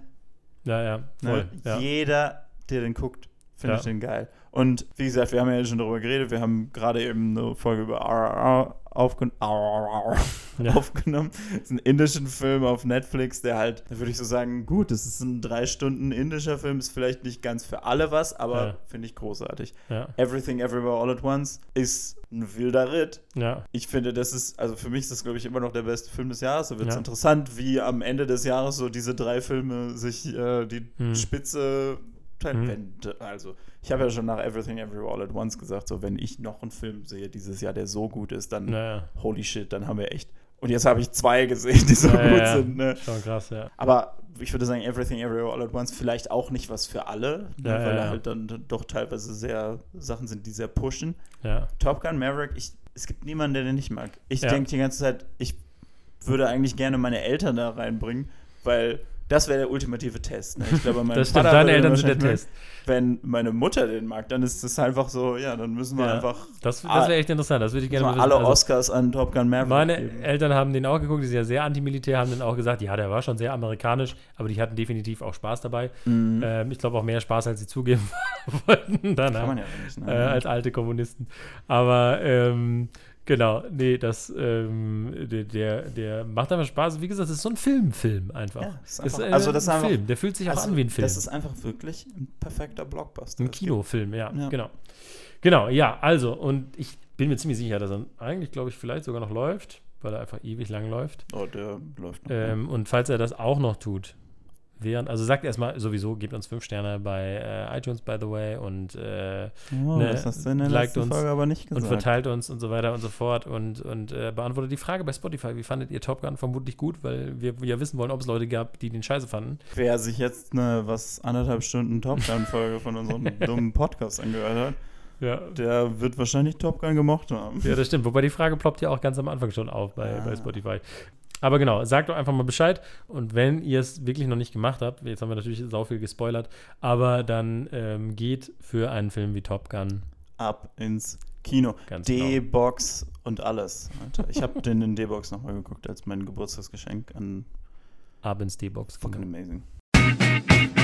Ja, voll. Ne? Ja. Jeder, der den guckt, findet den geil. Und wie gesagt, wir haben ja schon darüber geredet, wir haben gerade eben eine Folge über RRR aufgenommen. Das ist ein indischen Film auf Netflix, der halt, da würde ich so sagen, gut, das ist ein 3 Stunden indischer Film, ist vielleicht nicht ganz für alle was, aber finde ich großartig. Ja. Everything Everywhere All at Once ist ein wilder Ritt. Ja. Ich finde, das ist, also für mich ist das, glaube ich, immer noch der beste Film des Jahres. Da wird es interessant, wie am Ende des Jahres so diese 3 Filme sich die Spitze teilen. Also, ich habe ja schon nach Everything Everywhere All at Once gesagt, so, wenn ich noch einen Film sehe dieses Jahr, der so gut ist, dann holy shit, dann haben wir echt. Und jetzt habe ich 2 gesehen, die so gut sind. Ne? Schon krass, ja. Aber ich würde sagen, Everything Everywhere All at Once vielleicht auch nicht was für alle, weil da halt dann doch teilweise sehr Sachen sind, die sehr pushen. Ja. Top Gun Maverick, es gibt niemanden, der den nicht mag. Ich denke die ganze Zeit, ich würde eigentlich gerne meine Eltern da reinbringen, weil Das wäre der ultimative Test. Ne? Ich glaube, das stimmt, deine Eltern sind der Test. Wenn meine Mutter den mag, dann ist es einfach so, ja, dann müssen wir einfach. Das wäre echt interessant, das würde ich gerne mal wissen. Alle Oscars an Top Gun Maverick meine geben. Eltern haben den auch geguckt, die sind ja sehr antimilitär, haben dann auch gesagt, ja, der war schon sehr amerikanisch, aber die hatten definitiv auch Spaß dabei. Ich glaube auch mehr Spaß, als sie zugeben wollten danach, kann man ja nicht, ne? Als alte Kommunisten. Aber genau, nee, der macht einfach Spaß. Wie gesagt, es ist so ein Film einfach. Ja, ist ein Film. Der fühlt sich auch an wie ein Film. Das ist einfach wirklich ein perfekter Blockbuster. Ein Kinofilm, ja, genau. Genau, ja, also, und ich bin mir ziemlich sicher, dass er eigentlich, glaube ich, vielleicht sogar noch läuft, weil er einfach ewig lang läuft. Oh, der läuft noch. Und falls er das auch noch tut, also sagt erstmal sowieso, gebt uns 5 Sterne bei iTunes, by the way, und das hast du in der letzten Folge aber nicht gesagt. Und verteilt uns und so weiter und so fort und beantwortet die Frage bei Spotify. Wie fandet ihr Top Gun? Vermutlich gut, weil wir ja wissen wollen, ob es Leute gab, die den scheiße fanden. Wer sich jetzt eine 1,5 Stunden Top Gun-Folge von unserem dummen Podcast angehört hat, der wird wahrscheinlich Top Gun gemocht haben. Ja, das stimmt. Wobei die Frage ploppt ja auch ganz am Anfang schon auf bei Spotify. Aber genau, sagt doch einfach mal Bescheid. Und wenn ihr es wirklich noch nicht gemacht habt, jetzt haben wir natürlich sau viel gespoilert, aber dann geht für einen Film wie Top Gun ab ins Kino. D-Box und alles. Alter. Ich habe den in D-Box nochmal geguckt als mein Geburtstagsgeschenk an ab ins D-Box. Fucking amazing.